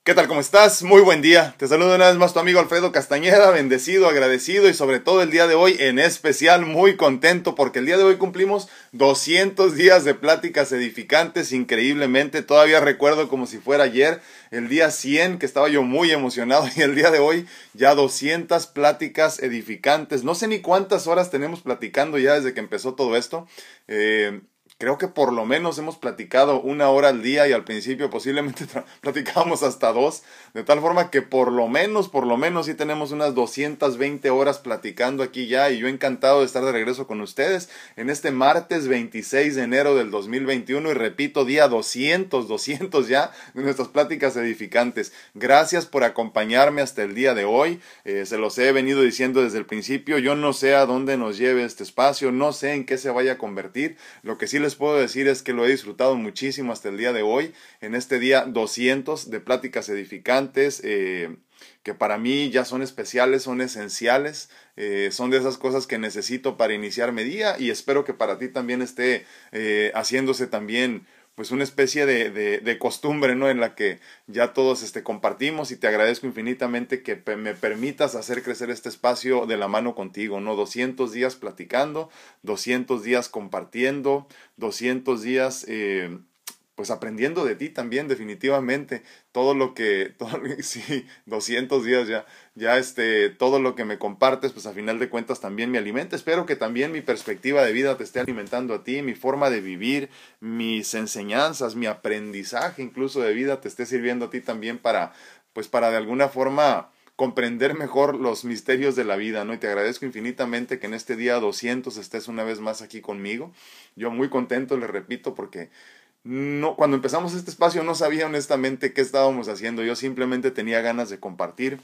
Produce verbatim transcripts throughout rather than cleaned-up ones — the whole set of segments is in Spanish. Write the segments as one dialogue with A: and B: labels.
A: ¿Qué tal? ¿Cómo estás? Muy buen día. Te saludo una vez más tu amigo Alfredo Castañeda, bendecido, agradecido y sobre todo el día de hoy en especial muy contento porque el día de hoy cumplimos doscientos días de pláticas edificantes increíblemente. Todavía recuerdo como si fuera ayer el día cien que estaba yo muy emocionado y el día de hoy ya doscientas pláticas edificantes. No sé ni cuántas horas tenemos platicando ya desde que empezó todo esto. Eh... Creo que por lo menos hemos platicado una hora al día y al principio posiblemente platicábamos hasta dos, de tal forma que por lo menos, por lo menos sí tenemos unas doscientas veinte horas platicando aquí ya y yo encantado de estar de regreso con ustedes en este martes veintiséis de enero del dos mil veintiuno y repito, día doscientos, doscientos ya de nuestras pláticas edificantes. Gracias por acompañarme hasta el día de hoy, eh, se los he venido diciendo desde el principio, yo no sé a dónde nos lleve este espacio, no sé en qué se vaya a convertir, lo que sí les puedo decir es que lo he disfrutado muchísimo hasta el día de hoy, en este día doscientos de pláticas edificantes, eh, que para mí ya son especiales, son esenciales, eh, son de esas cosas que necesito para iniciar mi día y espero que para ti también esté eh, haciéndose también pues una especie de, de, de costumbre, ¿no? En la que ya todos este, compartimos y te agradezco infinitamente que me permitas hacer crecer este espacio de la mano contigo, ¿no? doscientos días platicando, doscientos días compartiendo, doscientos días eh, pues aprendiendo de ti también definitivamente, todo lo que, todo, sí, doscientos días ya, ya este, todo lo que me compartes, pues a final de cuentas también me alimenta, espero que también mi perspectiva de vida te esté alimentando a ti, mi forma de vivir, mis enseñanzas, mi aprendizaje incluso de vida te esté sirviendo a ti también para, pues para de alguna forma comprender mejor los misterios de la vida, ¿no? Y te agradezco infinitamente que en este día doscientos estés una vez más aquí conmigo, yo muy contento, les repito, porque No, cuando empezamos este espacio no sabía honestamente qué estábamos haciendo, yo simplemente tenía ganas de compartir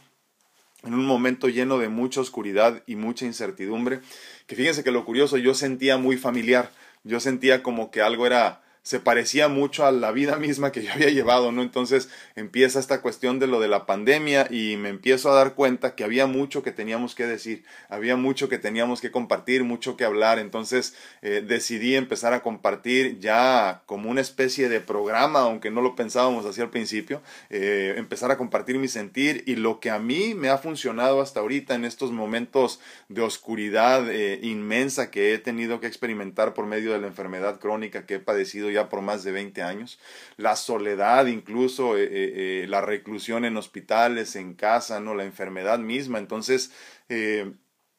A: en un momento lleno de mucha oscuridad y mucha incertidumbre, que fíjense que lo curioso, yo sentía muy familiar, yo sentía como que algo era, se parecía mucho a la vida misma que yo había llevado, ¿no? Entonces empieza esta cuestión de lo de la pandemia y me empiezo a dar cuenta que había mucho que teníamos que decir, había mucho que teníamos que compartir, mucho que hablar, entonces eh, decidí empezar a compartir ya como una especie de programa, aunque no lo pensábamos así al principio, eh, empezar a compartir mi sentir y lo que a mí me ha funcionado hasta ahorita en estos momentos de oscuridad eh, inmensa que he tenido que experimentar por medio de la enfermedad crónica que he padecido ya por más de veinte años, la soledad incluso, eh, eh, la reclusión en hospitales, en casa, ¿no? La enfermedad misma, entonces eh,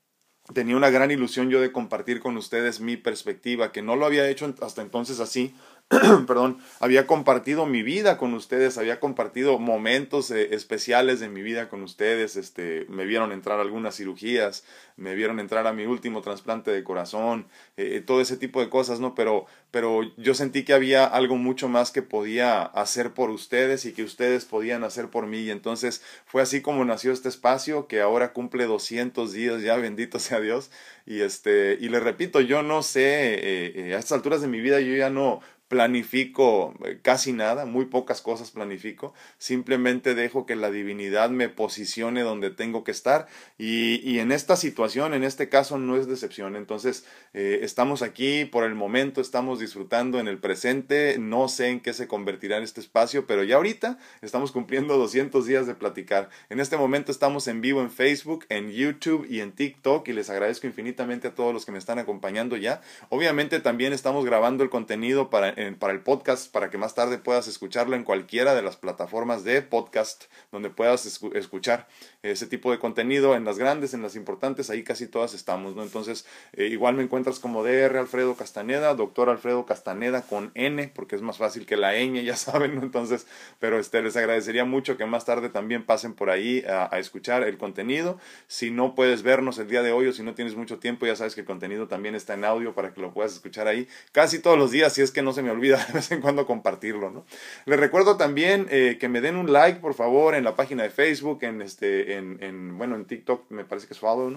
A: tenía una gran ilusión yo de compartir con ustedes mi perspectiva, que no lo había hecho hasta entonces así, perdón, había compartido mi vida con ustedes, había compartido momentos eh, especiales de mi vida con ustedes, este, me vieron entrar a algunas cirugías, me vieron entrar a mi último trasplante de corazón, eh, todo ese tipo de cosas, ¿no? Pero, pero yo sentí que había algo mucho más que podía hacer por ustedes y que ustedes podían hacer por mí, y entonces fue así como nació este espacio que ahora cumple doscientos días ya, bendito sea Dios, y este, y les repito, yo no sé, eh, eh, a estas alturas de mi vida yo ya no planifico casi nada, muy pocas cosas planifico, simplemente dejo que la divinidad me posicione donde tengo que estar y, y en esta situación, en este caso no es decepción, entonces eh, estamos aquí por el momento, estamos disfrutando en el presente, no sé en qué se convertirá en este espacio, pero ya ahorita estamos cumpliendo doscientos días de platicar, en este momento estamos en vivo en Facebook, en YouTube y en TikTok y les agradezco infinitamente a todos los que me están acompañando ya, obviamente también estamos grabando el contenido para para el podcast, para que más tarde puedas escucharlo en cualquiera de las plataformas de podcast donde puedas escu- escuchar ese tipo de contenido, en las grandes, en las importantes, ahí casi todas estamos, ¿no? Entonces, eh, igual me encuentras como D R Alfredo Castaneda, doctor Alfredo Castaneda con N, porque es más fácil que la ñ, ya saben, ¿no? Entonces, pero este, les agradecería mucho que más tarde también pasen por ahí a, a escuchar el contenido. Si no puedes vernos el día de hoy o si no tienes mucho tiempo, ya sabes que el contenido también está en audio para que lo puedas escuchar ahí casi todos los días, si es que no se me olvida de vez en cuando compartirlo, ¿no? Les recuerdo también eh, que me den un like, por favor, en la página de Facebook, en este, en, en, bueno, en TikTok me parece que es follow, ¿no?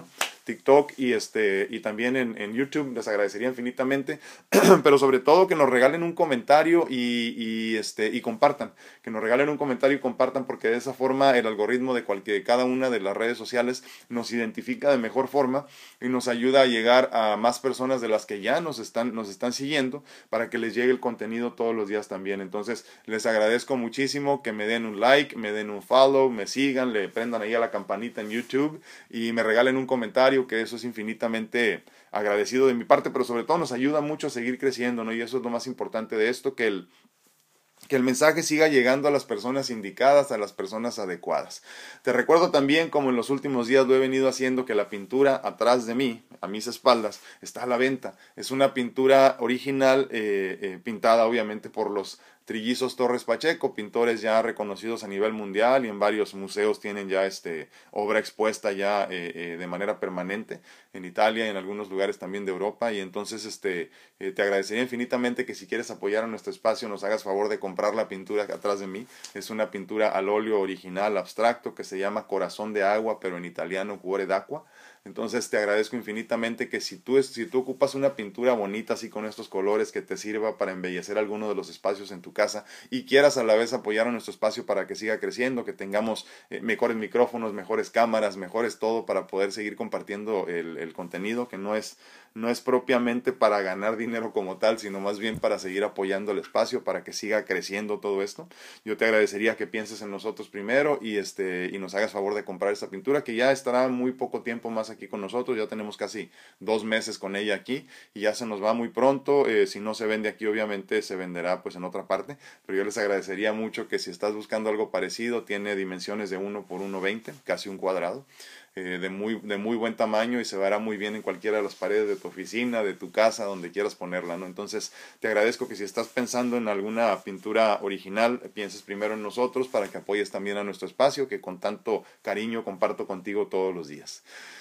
A: TikTok y, este, y también en, en YouTube. Les agradecería infinitamente, pero sobre todo que nos regalen un comentario y, y, este, y compartan, que nos regalen un comentario y compartan, porque de esa forma el algoritmo de cualquier, cada una de las redes sociales nos identifica de mejor forma y nos ayuda a llegar a más personas de las que ya nos están, nos están siguiendo, para que les llegue el contenido todos los días también. Entonces les agradezco muchísimo que me den un like, me den un follow, me sigan, le prendan ahí a la campanita en YouTube y me regalen un comentario, que eso es infinitamente agradecido de mi parte, pero sobre todo nos ayuda mucho a seguir creciendo, ¿no? Y eso es lo más importante de esto, que el que el mensaje siga llegando a las personas indicadas, a las personas adecuadas. Te recuerdo también, como en los últimos días lo he venido haciendo, que la pintura atrás de mí, a mis espaldas, está a la venta. Es una pintura original, eh, eh, pintada obviamente por los Trillizos Torres Pacheco, pintores ya reconocidos a nivel mundial, y en varios museos tienen ya este, obra expuesta ya eh, eh, de manera permanente, en Italia y en algunos lugares también de Europa. Y entonces este, eh, te agradecería infinitamente que si quieres apoyar a nuestro espacio nos hagas favor de comprar la pintura atrás de mí. Es una pintura al óleo original abstracto que se llama Corazón de Agua, pero en italiano Cuore d'Acqua. Entonces te agradezco infinitamente que si tú, si tú ocupas una pintura bonita así con estos colores, que te sirva para embellecer alguno de los espacios en tu casa y quieras a la vez apoyar a nuestro espacio para que siga creciendo, que tengamos eh, mejores micrófonos, mejores cámaras, mejores todo, para poder seguir compartiendo el, el contenido, que no es, no es propiamente para ganar dinero como tal, sino más bien para seguir apoyando el espacio, para que siga creciendo todo esto. Yo te agradecería que pienses en nosotros primero y, este, y nos hagas favor de comprar esta pintura, que ya estará muy poco tiempo más aquí con nosotros. Ya tenemos casi dos meses con ella aquí y ya se nos va muy pronto. Eh, si no se vende aquí, obviamente se venderá pues en otra parte, pero yo les agradecería mucho que si estás buscando algo parecido, tiene dimensiones de uno por uno veinte, casi un cuadrado, eh, de, muy, de muy buen tamaño, y se verá muy bien en cualquiera de las paredes de tu oficina, de tu casa, donde quieras ponerla, ¿no? Entonces te agradezco que si estás pensando en alguna pintura original, pienses primero en nosotros, para que apoyes también a nuestro espacio, que con tanto cariño comparto contigo todos los días.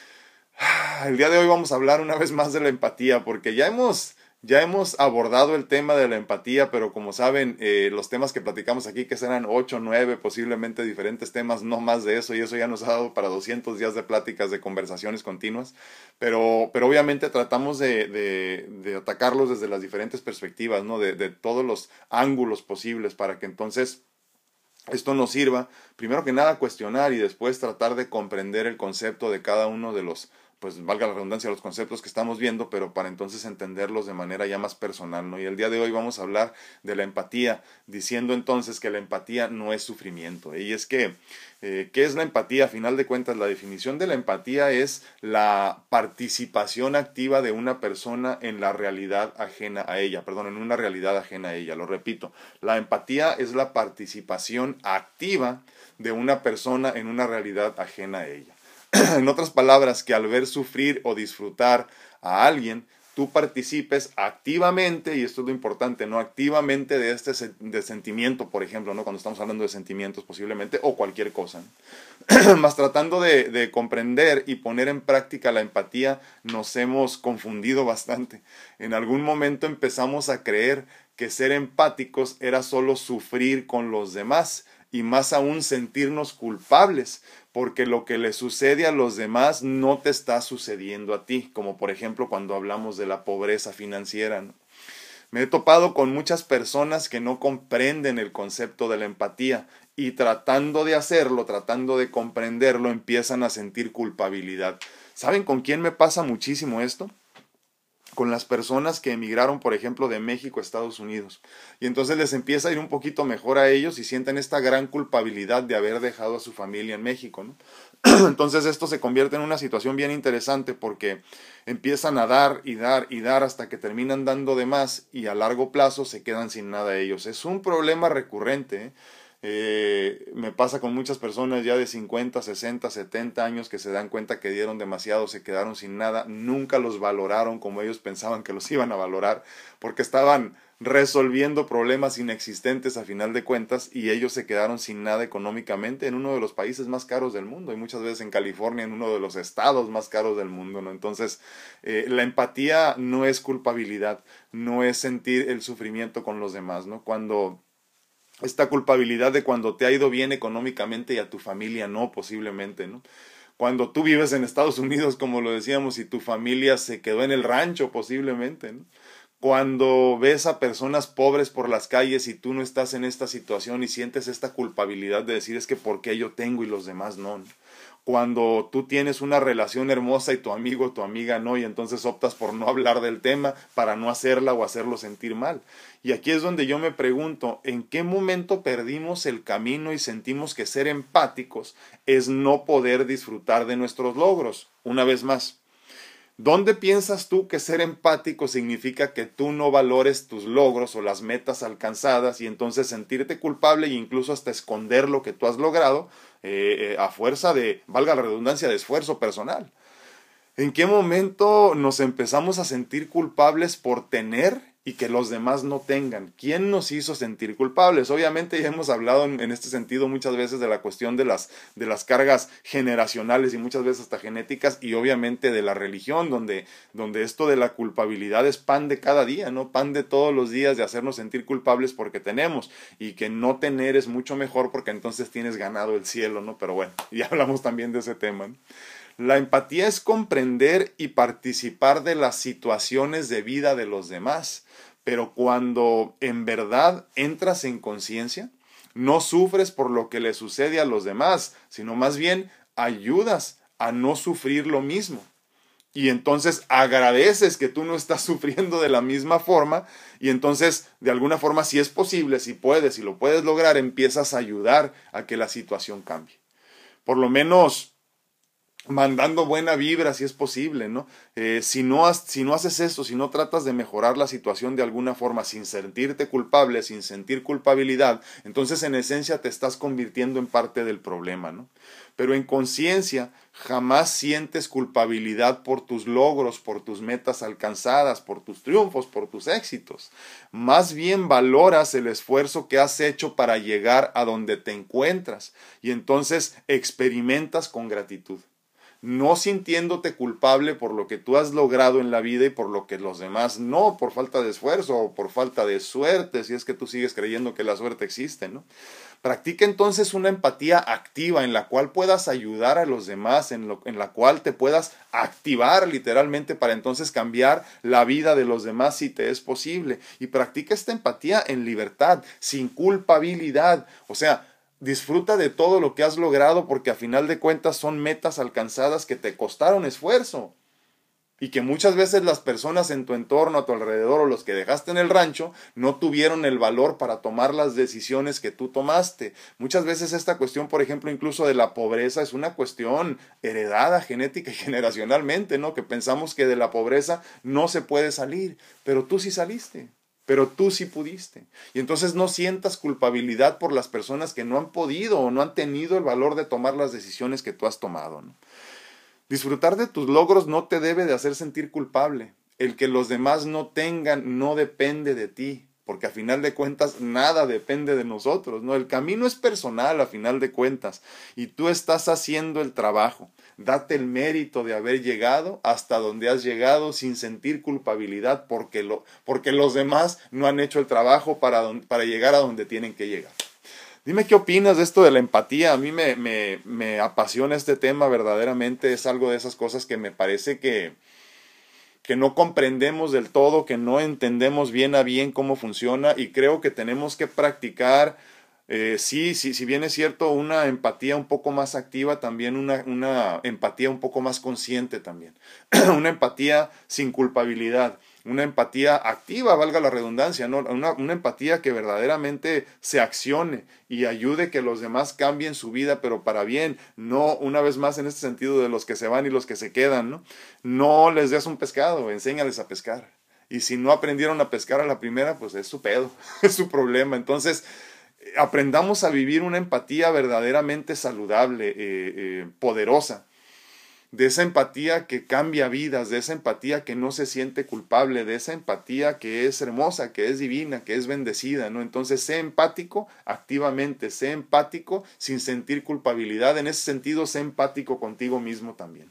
A: El día de hoy vamos a hablar una vez más de la empatía, porque ya hemos, ya hemos abordado el tema de la empatía, pero como saben, eh, los temas que platicamos aquí, que serán ocho, nueve, posiblemente diferentes temas, no más de eso, y eso ya nos ha dado para doscientos días de pláticas, de conversaciones continuas, pero, pero obviamente tratamos de, de, de atacarlos desde las diferentes perspectivas, ¿no? De, de todos los ángulos posibles, para que entonces esto nos sirva, primero que nada, a cuestionar y después tratar de comprender el concepto de cada uno de los, pues valga la redundancia, los conceptos que estamos viendo, pero para entonces entenderlos de manera ya más personal, ¿no? Y el día de hoy vamos a hablar de la empatía, diciendo entonces que la empatía no es sufrimiento. Y es que, eh, ¿qué es la empatía? A final de cuentas, la definición de la empatía es la participación activa de una persona en la realidad ajena a ella, perdón, en una realidad ajena a ella. Lo repito, la empatía es la participación activa de una persona en una realidad ajena a ella. En otras palabras, que al ver sufrir o disfrutar a alguien, tú participes activamente, y esto es lo importante, ¿no? Activamente de este de sentimiento, por ejemplo, ¿no? Cuando estamos hablando de sentimientos posiblemente, o cualquier cosa, ¿no? Más tratando de, de comprender y poner en práctica la empatía, nos hemos confundido bastante. En algún momento empezamos a creer que ser empáticos era solo sufrir con los demás, y más aún sentirnos culpables, porque lo que le sucede a los demás no te está sucediendo a ti, como por ejemplo cuando hablamos de la pobreza financiera, ¿no? Me he topado con muchas personas que no comprenden el concepto de la empatía, y tratando de hacerlo, tratando de comprenderlo, empiezan a sentir culpabilidad. ¿Saben con quién me pasa muchísimo esto? Con las personas que emigraron, por ejemplo, de México a Estados Unidos. Y entonces les empieza a ir un poquito mejor a ellos y sienten esta gran culpabilidad de haber dejado a su familia en México, ¿no? Entonces esto se convierte en una situación bien interesante, porque empiezan a dar y dar y dar hasta que terminan dando de más, y a largo plazo se quedan sin nada ellos. Es un problema recurrente, ¿eh? Eh, me pasa con muchas personas ya de cincuenta, sesenta, setenta años, que se dan cuenta que dieron demasiado, se quedaron sin nada, nunca los valoraron como ellos pensaban que los iban a valorar, porque estaban resolviendo problemas inexistentes a final de cuentas, y ellos se quedaron sin nada económicamente en uno de los países más caros del mundo, y muchas veces en California, en uno de los estados más caros del mundo, ¿no? Entonces, eh, la empatía no es culpabilidad, no es sentir el sufrimiento con los demás, ¿no? Cuando esta culpabilidad de cuando te ha ido bien económicamente y a tu familia no, posiblemente, ¿no? Cuando tú vives en Estados Unidos, como lo decíamos, y tu familia se quedó en el rancho posiblemente, ¿no? Cuando ves a personas pobres por las calles y tú no estás en esta situación y sientes esta culpabilidad de decir es que ¿por qué yo tengo y los demás no? Cuando tú tienes una relación hermosa y tu amigo o tu amiga no, y entonces optas por no hablar del tema para no hacerla o hacerlo sentir mal. Y aquí es donde yo me pregunto, ¿en qué momento perdimos el camino y sentimos que ser empáticos es no poder disfrutar de nuestros logros? Una vez más, ¿dónde piensas tú que ser empático significa que tú no valores tus logros o las metas alcanzadas y entonces sentirte culpable e incluso hasta esconder lo que tú has logrado eh, eh, a fuerza de, valga la redundancia, de esfuerzo personal? ¿En qué momento nos empezamos a sentir culpables por tener y que los demás no tengan? ¿Quién nos hizo sentir culpables? Obviamente ya hemos hablado en, en este sentido muchas veces de la cuestión de las, de las cargas generacionales y muchas veces hasta genéticas, y obviamente de la religión, donde, donde esto de la culpabilidad es pan de cada día, ¿no? Pan de todos los días de hacernos sentir culpables porque tenemos, y que no tener es mucho mejor porque entonces tienes ganado el cielo, ¿no? Pero bueno, ya hablamos también de ese tema, ¿no? La empatía es comprender y participar de las situaciones de vida de los demás, pero cuando en verdad entras en conciencia, no sufres por lo que le sucede a los demás, sino más bien ayudas a no sufrir lo mismo. Y entonces agradeces que tú no estás sufriendo de la misma forma, y entonces de alguna forma, si es posible, si puedes, si lo puedes lograr, empiezas a ayudar a que la situación cambie. Por lo menos mandando buena vibra si es posible, ¿no? Eh, si no, has, si no haces eso, si no tratas de mejorar la situación de alguna forma sin sentirte culpable, sin sentir culpabilidad, entonces en esencia te estás convirtiendo en parte del problema, ¿no? Pero en conciencia jamás sientes culpabilidad por tus logros, por tus metas alcanzadas, por tus triunfos, por tus éxitos. Más bien valoras el esfuerzo que has hecho para llegar a donde te encuentras, y entonces experimentas con gratitud, no sintiéndote culpable por lo que tú has logrado en la vida y por lo que los demás no, por falta de esfuerzo o por falta de suerte, si es que tú sigues creyendo que la suerte existe, ¿no? Practica entonces una empatía activa en la cual puedas ayudar a los demás, en, lo, en la cual te puedas activar literalmente para entonces cambiar la vida de los demás si te es posible. Y practica esta empatía en libertad, sin culpabilidad, o sea, disfruta de todo lo que has logrado porque a final de cuentas son metas alcanzadas que te costaron esfuerzo y que muchas veces las personas en tu entorno, a tu alrededor o los que dejaste en el rancho no tuvieron el valor para tomar las decisiones que tú tomaste. Muchas veces esta cuestión, por ejemplo, incluso de la pobreza es una cuestión heredada genética y generacionalmente, ¿no? Que pensamos que de la pobreza no se puede salir, pero tú sí saliste. Pero tú sí pudiste. Y entonces no sientas culpabilidad por las personas que no han podido o no han tenido el valor de tomar las decisiones que tú has tomado, ¿no? Disfrutar de tus logros no te debe de hacer sentir culpable. El que los demás no tengan no depende de ti, porque a final de cuentas nada depende de nosotros, ¿no? El camino es personal a final de cuentas y tú estás haciendo el trabajo. Date el mérito de haber llegado hasta donde has llegado sin sentir culpabilidad porque, lo, porque los demás no han hecho el trabajo para, don, para llegar a donde tienen que llegar. Dime qué opinas de esto de la empatía. A mí me, me, me apasiona este tema verdaderamente. Es algo de esas cosas que me parece que, que no comprendemos del todo, que no entendemos bien a bien cómo funciona, y creo que tenemos que practicar. Eh, sí, sí, si bien es cierto, una empatía un poco más activa, también una, una empatía un poco más consciente también. Una empatía sin culpabilidad, una empatía activa, valga la redundancia, ¿no? Una, una empatía que verdaderamente se accione y ayude que los demás cambien su vida, pero para bien, no una vez más en este sentido de los que se van y los que se quedan, ¿no? No les des un pescado, enséñales a pescar. Y si no aprendieron a pescar a la primera, pues es su pedo, es su problema. Entonces, aprendamos a vivir una empatía verdaderamente saludable, eh, eh, poderosa, de esa empatía que cambia vidas, de esa empatía que no se siente culpable, de esa empatía que es hermosa, que es divina, que es bendecida, ¿no? Entonces, sé empático activamente, sé empático sin sentir culpabilidad. En ese sentido, sé empático contigo mismo también.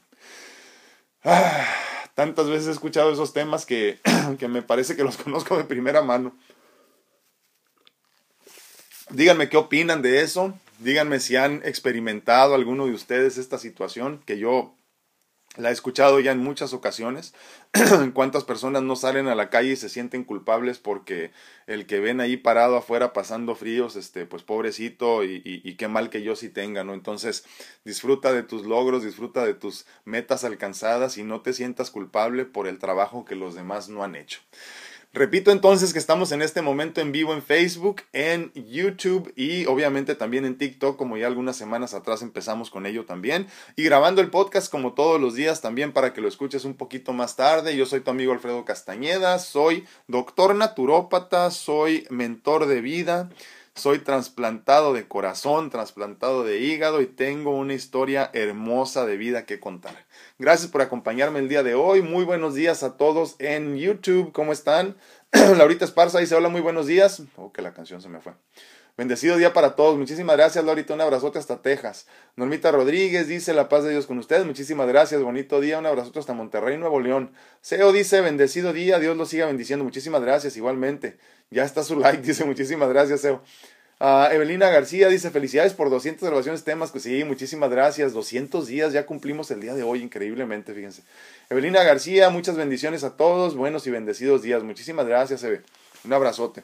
A: Ah, tantas veces he escuchado esos temas que, que me parece que los conozco de primera mano. Díganme qué opinan de eso. Díganme si han experimentado alguno de ustedes esta situación, que yo la he escuchado ya en muchas ocasiones. Cuántas personas no salen a la calle y se sienten culpables porque el que ven ahí parado afuera pasando fríos, este, pues pobrecito y, y, y qué mal que yo sí tenga, ¿no? Entonces disfruta de tus logros, disfruta de tus metas alcanzadas y no te sientas culpable por el trabajo que los demás no han hecho. Repito entonces que estamos en este momento en vivo en Facebook, en YouTube y obviamente también en TikTok, como ya algunas semanas atrás empezamos con ello también. Y grabando el podcast como todos los días también para que lo escuches un poquito más tarde. Yo soy tu amigo Alfredo Castañeda, soy doctor naturópata, soy mentor de vida, soy trasplantado de corazón, trasplantado de hígado y tengo una historia hermosa de vida que contar. Gracias por acompañarme el día de hoy. Muy buenos días a todos en YouTube. ¿Cómo están? Laurita Esparza dice hola, muy buenos días. Oh, que la canción se me fue. Bendecido día para todos. Muchísimas gracias, Laurita. Un abrazote hasta Texas. Normita Rodríguez dice la paz de Dios con ustedes. Muchísimas gracias. Bonito día. Un abrazote hasta Monterrey, Nuevo León. Seo dice bendecido día. Dios los siga bendiciendo. Muchísimas gracias. Igualmente. Ya está su like. Dice muchísimas gracias, Seo. Uh, Evelina García dice felicidades por doscientas grabaciones temas, que sí, muchísimas gracias, doscientos días, ya cumplimos el día de hoy, increíblemente, fíjense. Evelina García, muchas bendiciones a todos, buenos y bendecidos días, muchísimas gracias, Eve, un abrazote.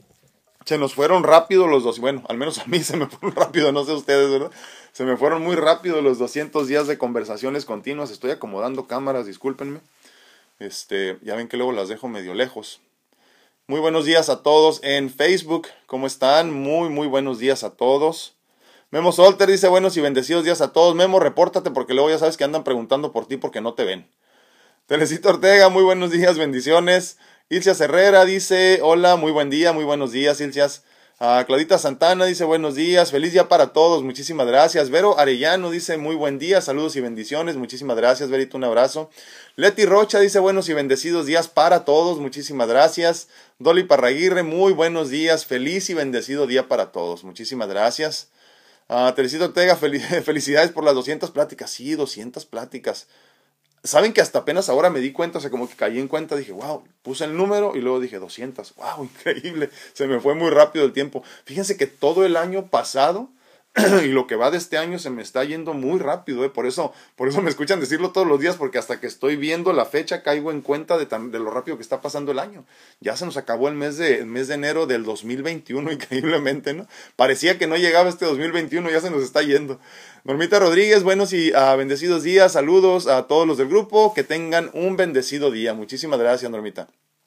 A: Se nos fueron rápido los dos, bueno, al menos a mí se me fueron rápido, no sé ustedes, ¿verdad? Se me fueron muy rápido los doscientos días de conversaciones continuas, estoy acomodando cámaras, discúlpenme, este, ya ven que luego las dejo medio lejos. Muy buenos días a todos en Facebook. ¿Cómo están? Muy, muy buenos días a todos. Memo Solter dice buenos y bendecidos días a todos. Memo, repórtate porque luego ya sabes que andan preguntando por ti porque no te ven. Telecito Ortega, muy buenos días, bendiciones. Ilcias Herrera dice hola, muy buen día, muy buenos días, Ilcias. Uh, Claudita Santana dice buenos días, feliz día para todos, muchísimas gracias. Vero Arellano dice muy buen día, saludos y bendiciones, muchísimas gracias, Verito, un abrazo. Leti Rocha dice buenos y bendecidos días para todos, muchísimas gracias. Dolly Parraguirre, muy buenos días, feliz y bendecido día para todos, muchísimas gracias. Uh, Teresito Ortega, fel felicidades por las doscientas pláticas, sí, doscientas pláticas. Saben que hasta apenas ahora me di cuenta, o sea, como que caí en cuenta, dije, wow, puse el número y luego dije doscientas, wow, increíble, se me fue muy rápido el tiempo. Fíjense que todo el año pasado y lo que va de este año se me está yendo muy rápido, ¿eh? Por eso, por eso me escuchan decirlo todos los días, porque hasta que estoy viendo la fecha caigo en cuenta de, tan, de lo rápido que está pasando el año. Ya se nos acabó el mes de, el mes de enero del dos mil veintiuno, increíblemente, ¿no? Parecía que no llegaba este dos mil veintiuno, ya se nos está yendo. Normita Rodríguez, buenos y uh, bendecidos días, saludos a todos los del grupo, que tengan un bendecido día. Muchísimas gracias, Normita.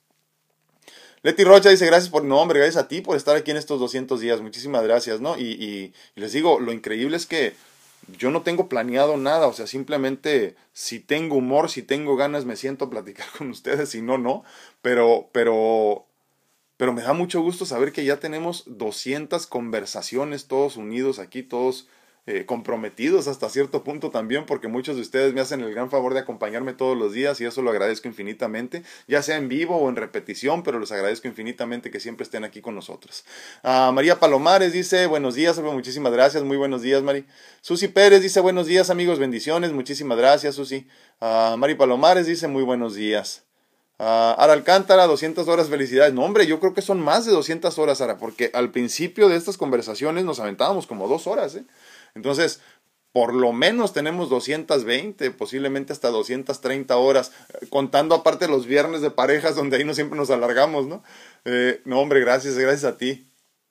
A: Leti Rocha dice, gracias por, no hombre, gracias a ti por estar aquí en estos doscientos días, muchísimas gracias, ¿no? Y, y, y les digo, lo increíble es que yo no tengo planeado nada, o sea, simplemente si tengo humor, si tengo ganas, me siento a platicar con ustedes, si no, no, pero, pero, pero me da mucho gusto saber que ya tenemos doscientas conversaciones, todos unidos aquí, todos Eh, comprometidos hasta cierto punto también, porque muchos de ustedes me hacen el gran favor de acompañarme todos los días y eso lo agradezco infinitamente, ya sea en vivo o en repetición, pero les agradezco infinitamente que siempre estén aquí con nosotros. uh, María Palomares dice buenos días, muchísimas gracias, muy buenos días, Mari. Susi Pérez dice buenos días, amigos, bendiciones, muchísimas gracias, Susi. uh, Mari Palomares dice muy buenos días. Uh, Ara Alcántara, doscientas horas, felicidades. No, hombre, yo creo que son más de doscientas horas, Ara, porque al principio de estas conversaciones nos aventábamos como dos horas, ¿eh? Entonces, por lo menos tenemos doscientas veinte, posiblemente hasta doscientas treinta horas, contando aparte los viernes de parejas, donde ahí no siempre nos alargamos, ¿no? Eh, no, hombre, gracias, gracias a ti.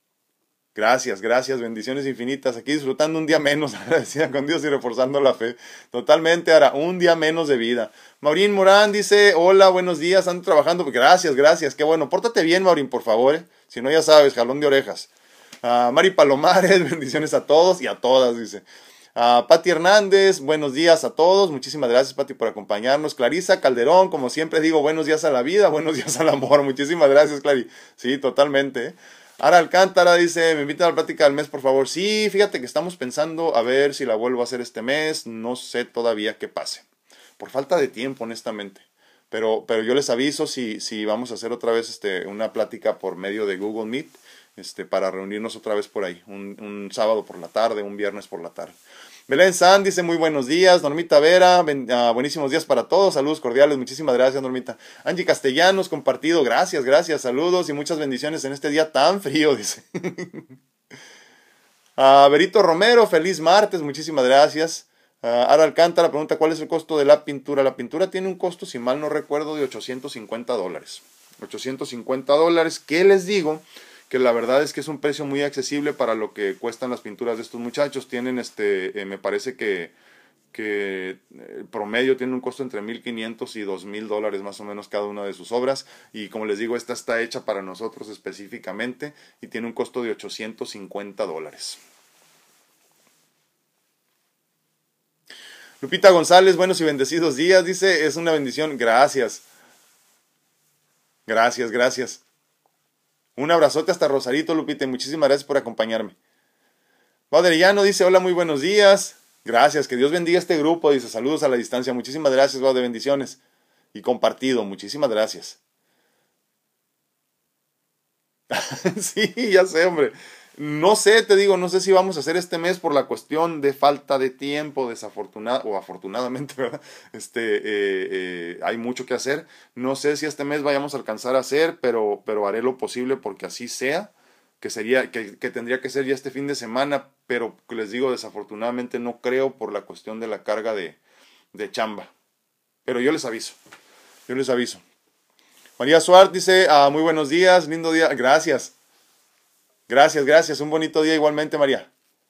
A: Gracias, gracias, bendiciones infinitas. Aquí disfrutando un día menos, agradecida con Dios y reforzando la fe. Totalmente, Ara, un día menos de vida. Maurín Morán dice, hola, buenos días, ando trabajando. Gracias, gracias, qué bueno. Pórtate bien, Maurín, por favor, ¿eh? Si no, ya sabes, jalón de orejas. Uh, Mari Palomares, bendiciones a todos y a todas, dice. Uh, Pati Hernández, buenos días a todos, muchísimas gracias, Pati, por acompañarnos. Clarisa Calderón, como siempre digo, buenos días a la vida, buenos días al amor, muchísimas gracias, Clary. Sí, totalmente, ¿eh? Ara Alcántara dice, me invitan a la plática del mes, por favor. Sí, fíjate que estamos pensando a ver si la vuelvo a hacer este mes, no sé todavía qué pase, por falta de tiempo, honestamente. Pero, pero yo les aviso si, si vamos a hacer otra vez este, una plática por medio de Google Meet. Este, para reunirnos otra vez por ahí, un, un sábado por la tarde, un viernes por la tarde. Belén San dice muy buenos días. Normita Vera, ben, uh, buenísimos días para todos, saludos cordiales, muchísimas gracias, Normita. Angie Castellanos, compartido, gracias, gracias, saludos y muchas bendiciones en este día tan frío, dice. A Berito Romero, feliz martes, muchísimas gracias. Uh, Ara Alcántara pregunta cuál es el costo de la pintura. La pintura tiene un costo, si mal no recuerdo, de ochocientos cincuenta dólares. ochocientos cincuenta dólares, ¿qué les digo? Que la verdad es que es un precio muy accesible para lo que cuestan las pinturas de estos muchachos. Tienen, este, eh, me parece que, que el promedio tiene un costo entre mil quinientos y dos mil dólares más o menos cada una de sus obras. Y como les digo, esta está hecha para nosotros específicamente y tiene un costo de ochocientos cincuenta dólares. Lupita González, buenos y bendecidos días, dice, es una bendición, gracias, gracias, gracias. Un abrazote hasta Rosarito, Lupita, y muchísimas gracias por acompañarme. Baudrillano dice, hola, muy buenos días, gracias, que Dios bendiga este grupo, dice, saludos a la distancia, muchísimas gracias, Baude, bendiciones, y compartido, muchísimas gracias. Sí, ya sé, hombre. No sé, te digo, no sé si vamos a hacer este mes por la cuestión de falta de tiempo, desafortunada o afortunadamente, ¿verdad? Este, eh, eh, hay mucho que hacer. No sé si este mes vayamos a alcanzar a hacer, pero, pero haré lo posible porque así sea, que sería, que, que tendría que ser ya este fin de semana, pero les digo, desafortunadamente no creo por la cuestión de la carga de, de chamba. Pero yo les aviso, yo les aviso. María Suárez dice, ah, muy buenos días, lindo día, gracias. Gracias, gracias. Un bonito día igualmente, María.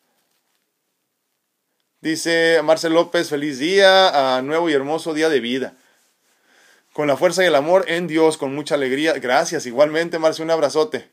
A: Dice Marcel López, feliz día, a nuevo y hermoso día de vida. Con la fuerza y el amor en Dios, con mucha alegría. Gracias, igualmente, Marcel, un abrazote.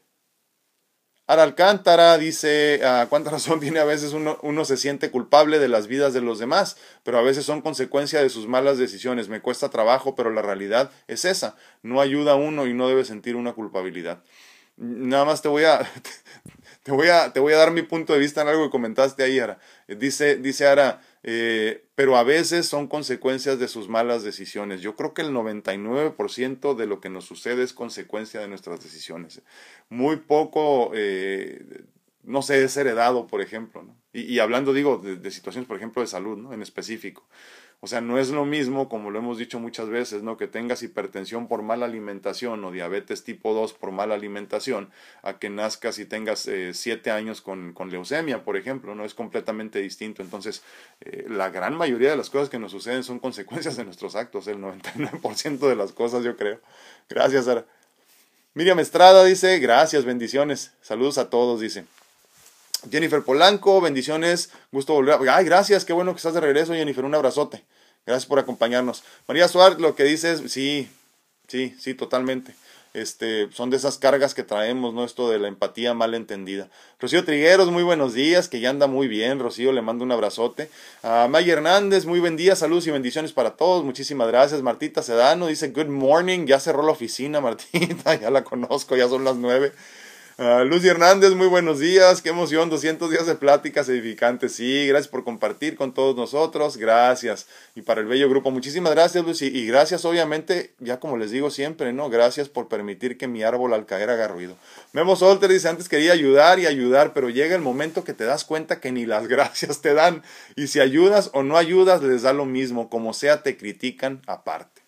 A: Ara Alcántara dice, ah, cuánta razón tiene, a veces uno, uno se siente culpable de las vidas de los demás, pero a veces son consecuencia de sus malas decisiones. Me cuesta trabajo, pero la realidad es esa. No ayuda a uno y no debe sentir una culpabilidad. Nada más te voy a te voy a te voy a dar mi punto de vista en algo que comentaste ahí, Ara. Dice dice Ara, eh, pero a veces son consecuencias de sus malas decisiones. Yo creo que el noventa y nueve por ciento de lo que nos sucede es consecuencia de nuestras decisiones. Muy poco, eh, no sé, es heredado, por ejemplo, ¿no? Y, y hablando, digo, de, de situaciones, por ejemplo, de salud, ¿no? En específico. O sea, no es lo mismo, como lo hemos dicho muchas veces, ¿no? Que tengas hipertensión por mala alimentación o diabetes tipo dos por mala alimentación, a que nazcas y tengas eh, siete años con, con leucemia, por ejemplo, ¿no? Es completamente distinto. Entonces, eh, la gran mayoría de las cosas que nos suceden son consecuencias de nuestros actos, el noventa y nueve por ciento de las cosas, yo creo. Gracias, Sara. Miriam Estrada dice, gracias, bendiciones, saludos a todos, dice. Jennifer Polanco, bendiciones, gusto volver. A... Ay, gracias, qué bueno que estás de regreso, Jennifer, un abrazote. Gracias por acompañarnos. María Suárez, lo que dices, sí, sí, sí, totalmente. Este, son de esas cargas que traemos, ¿no? Esto de la empatía mal entendida. Rocío Trigueros, muy buenos días, que ya anda muy bien. Rocío, le mando un abrazote. A May Hernández, muy buen día, saludos y bendiciones para todos. Muchísimas gracias. Martita Sedano dice, good morning, ya cerró la oficina, Martita, ya la conozco, ya son las nueve. Uh, Lucy Hernández, muy buenos días, qué emoción, doscientos días de pláticas edificantes, sí, gracias por compartir con todos nosotros, gracias, y para el bello grupo, muchísimas gracias, Lucy, y gracias obviamente, ya como les digo siempre, ¿no? Gracias por permitir que mi árbol al caer haga ruido. Memo Solter dice, antes quería ayudar y ayudar, pero llega el momento que te das cuenta que ni las gracias te dan, y si ayudas o no ayudas, les da lo mismo, como sea te critican aparte.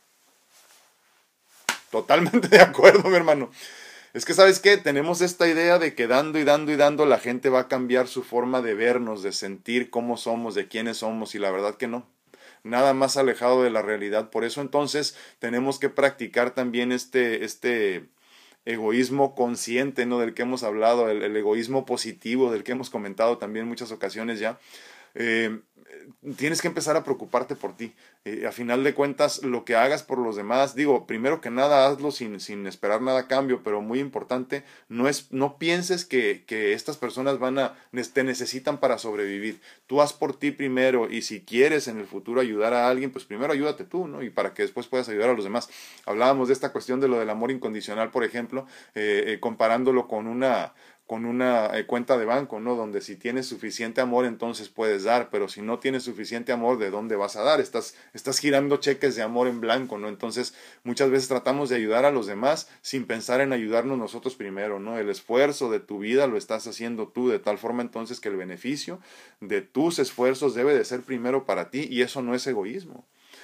A: Totalmente de acuerdo, mi hermano. Es que, ¿sabes qué? Tenemos esta idea de que dando y dando y dando la gente va a cambiar su forma de vernos, de sentir cómo somos, de quiénes somos, y la verdad que no. Nada más alejado de la realidad. Por eso entonces tenemos que practicar también este, este egoísmo consciente, ¿no? Del que hemos hablado, el, el egoísmo positivo, del que hemos comentado también en muchas ocasiones ya. Eh, tienes que empezar a preocuparte por ti. Eh, a final de cuentas, lo que hagas por los demás, digo, primero que nada hazlo sin, sin esperar nada a cambio, pero muy importante, no, es, no pienses que, que estas personas van a, te necesitan para sobrevivir. Tú haz por ti primero, y si quieres en el futuro ayudar a alguien, pues primero ayúdate tú, ¿no? Y para que después puedas ayudar a los demás. Hablábamos de esta cuestión de lo del amor incondicional, por ejemplo, eh, eh, comparándolo con una con una eh, cuenta de banco, ¿no? Donde si tienes suficiente amor, entonces puedes dar, pero si no tienes suficiente amor, ¿de dónde vas a dar? Estás, estás girando cheques de amor en blanco, ¿no? Entonces, muchas veces tratamos de ayudar a los demás sin pensar en ayudarnos nosotros primero, ¿no? El esfuerzo de tu vida lo estás haciendo tú, de tal forma entonces que el beneficio de tus esfuerzos debe de ser primero para ti, y eso no es egoísmo.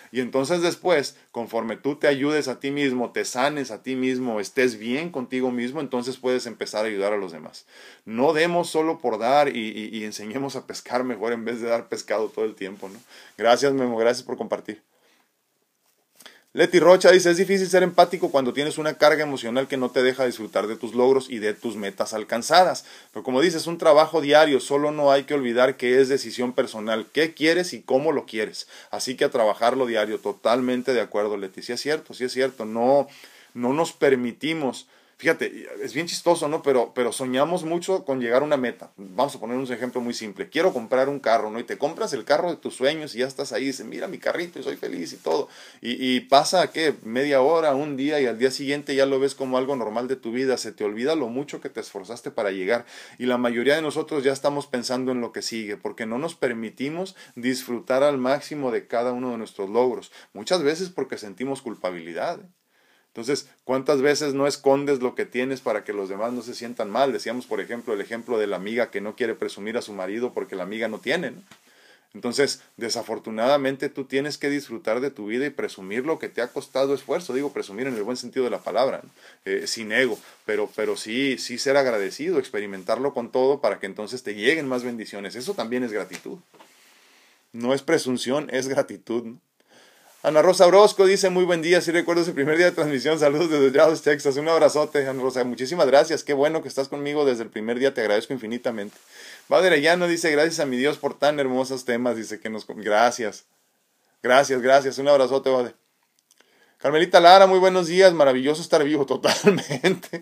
A: Y entonces después, conforme tú te ayudes a ti mismo, te sanes a ti mismo, estés bien contigo mismo, entonces puedes empezar a ayudar a los demás. No demos solo por dar y, y, y enseñemos a pescar mejor en vez de dar pescado todo el tiempo, ¿no? Gracias, Memo, gracias por compartir. Leti Rocha dice, es difícil ser empático cuando tienes una carga emocional que no te deja disfrutar de tus logros y de tus metas alcanzadas. Pero como dices, es un trabajo diario, solo no hay que olvidar que es decisión personal, qué quieres y cómo lo quieres. Así que a trabajarlo diario, totalmente de acuerdo, Leti. Sí es cierto, sí es cierto, no, no nos permitimos. Fíjate, es bien chistoso, ¿no? Pero, pero soñamos mucho con llegar a una meta. Vamos a poner un ejemplo muy simple. Quiero comprar un carro, ¿no? Y te compras el carro de tus sueños y ya estás ahí. Dices, mira mi carrito y soy feliz y todo. Y, y pasa, ¿qué? Media hora, un día y al día siguiente ya lo ves como algo normal de tu vida. Se te olvida lo mucho que te esforzaste para llegar. Y la mayoría de nosotros ya estamos pensando en lo que sigue porque no nos permitimos disfrutar al máximo de cada uno de nuestros logros. Muchas veces porque sentimos culpabilidad, ¿eh? Entonces, ¿cuántas veces no escondes lo que tienes para que los demás no se sientan mal? Decíamos, por ejemplo, el ejemplo de la amiga que no quiere presumir a su marido porque la amiga no tiene, ¿no? Entonces, desafortunadamente tú tienes que disfrutar de tu vida y presumir lo que te ha costado esfuerzo. Digo, presumir en el buen sentido de la palabra, ¿no? eh, sin ego, pero, pero sí, sí ser agradecido, experimentarlo con todo para que entonces te lleguen más bendiciones. Eso también es gratitud. No es presunción, es gratitud, ¿no? Ana Rosa Orozco dice, muy buen día, sí recuerdo ese primer día de transmisión, saludos desde Dallas, Texas, un abrazote, Ana Rosa, muchísimas gracias, qué bueno que estás conmigo desde el primer día, te agradezco infinitamente. Vaderellano dice, gracias a mi Dios por tan hermosos temas, dice que nos... Gracias, gracias, gracias, un abrazote, Vade. Carmelita Lara, muy buenos días, maravilloso estar vivo, totalmente.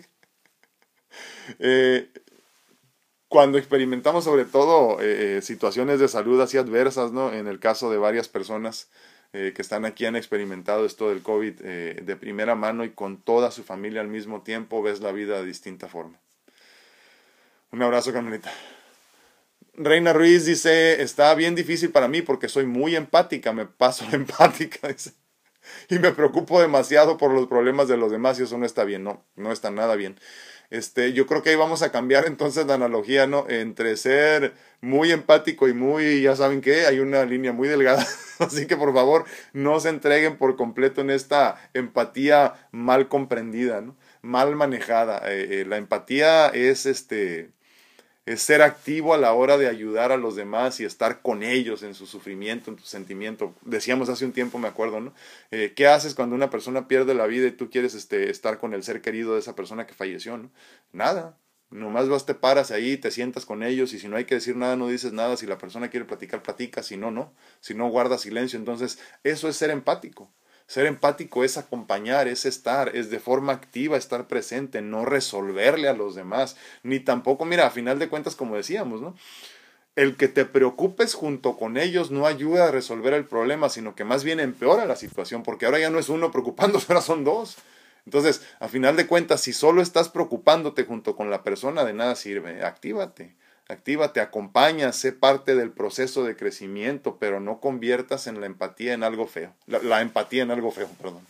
A: eh, cuando experimentamos sobre todo eh, situaciones de salud así adversas, ¿no? En el caso de varias personas, Eh, que están aquí han experimentado esto del COVID eh, de primera mano y con toda su familia al mismo tiempo, ves la vida de distinta forma. Un abrazo, Carmelita. Reina Ruiz dice, está bien difícil para mí porque soy muy empática, me paso la empática, dice, y me preocupo demasiado por los problemas de los demás y eso no está bien, no, no está nada bien. Este, yo creo que ahí vamos a cambiar entonces la analogía, ¿no? Entre ser muy empático y muy, ya saben qué, hay una línea muy delgada. Así que por favor, no se entreguen por completo en esta empatía mal comprendida, ¿no? Mal manejada. Eh, eh, la empatía es este... es ser activo a la hora de ayudar a los demás y estar con ellos en su sufrimiento, en su sentimiento. Decíamos hace un tiempo, me acuerdo, ¿no? Eh, ¿Qué haces cuando una persona pierde la vida y tú quieres este, estar con el ser querido de esa persona que falleció, ¿no? Nada. Nomás vas, te paras ahí, te sientas con ellos y si no hay que decir nada, no dices nada. Si la persona quiere platicar, platica. Si no, no. Si no, guarda silencio. Entonces, eso es ser empático. Ser empático es acompañar, es estar, es de forma activa estar presente, no resolverle a los demás, ni tampoco, mira, a final de cuentas, como decíamos, ¿no? El que te preocupes junto con ellos no ayuda a resolver el problema, sino que más bien empeora la situación, porque ahora ya no es uno preocupándose, ahora son dos. Entonces, a final de cuentas, si solo estás preocupándote junto con la persona, de nada sirve. Actívate. Actívate, acompaña, sé parte del proceso de crecimiento, pero no conviertas en la empatía en algo feo. La, la empatía en algo feo, perdón.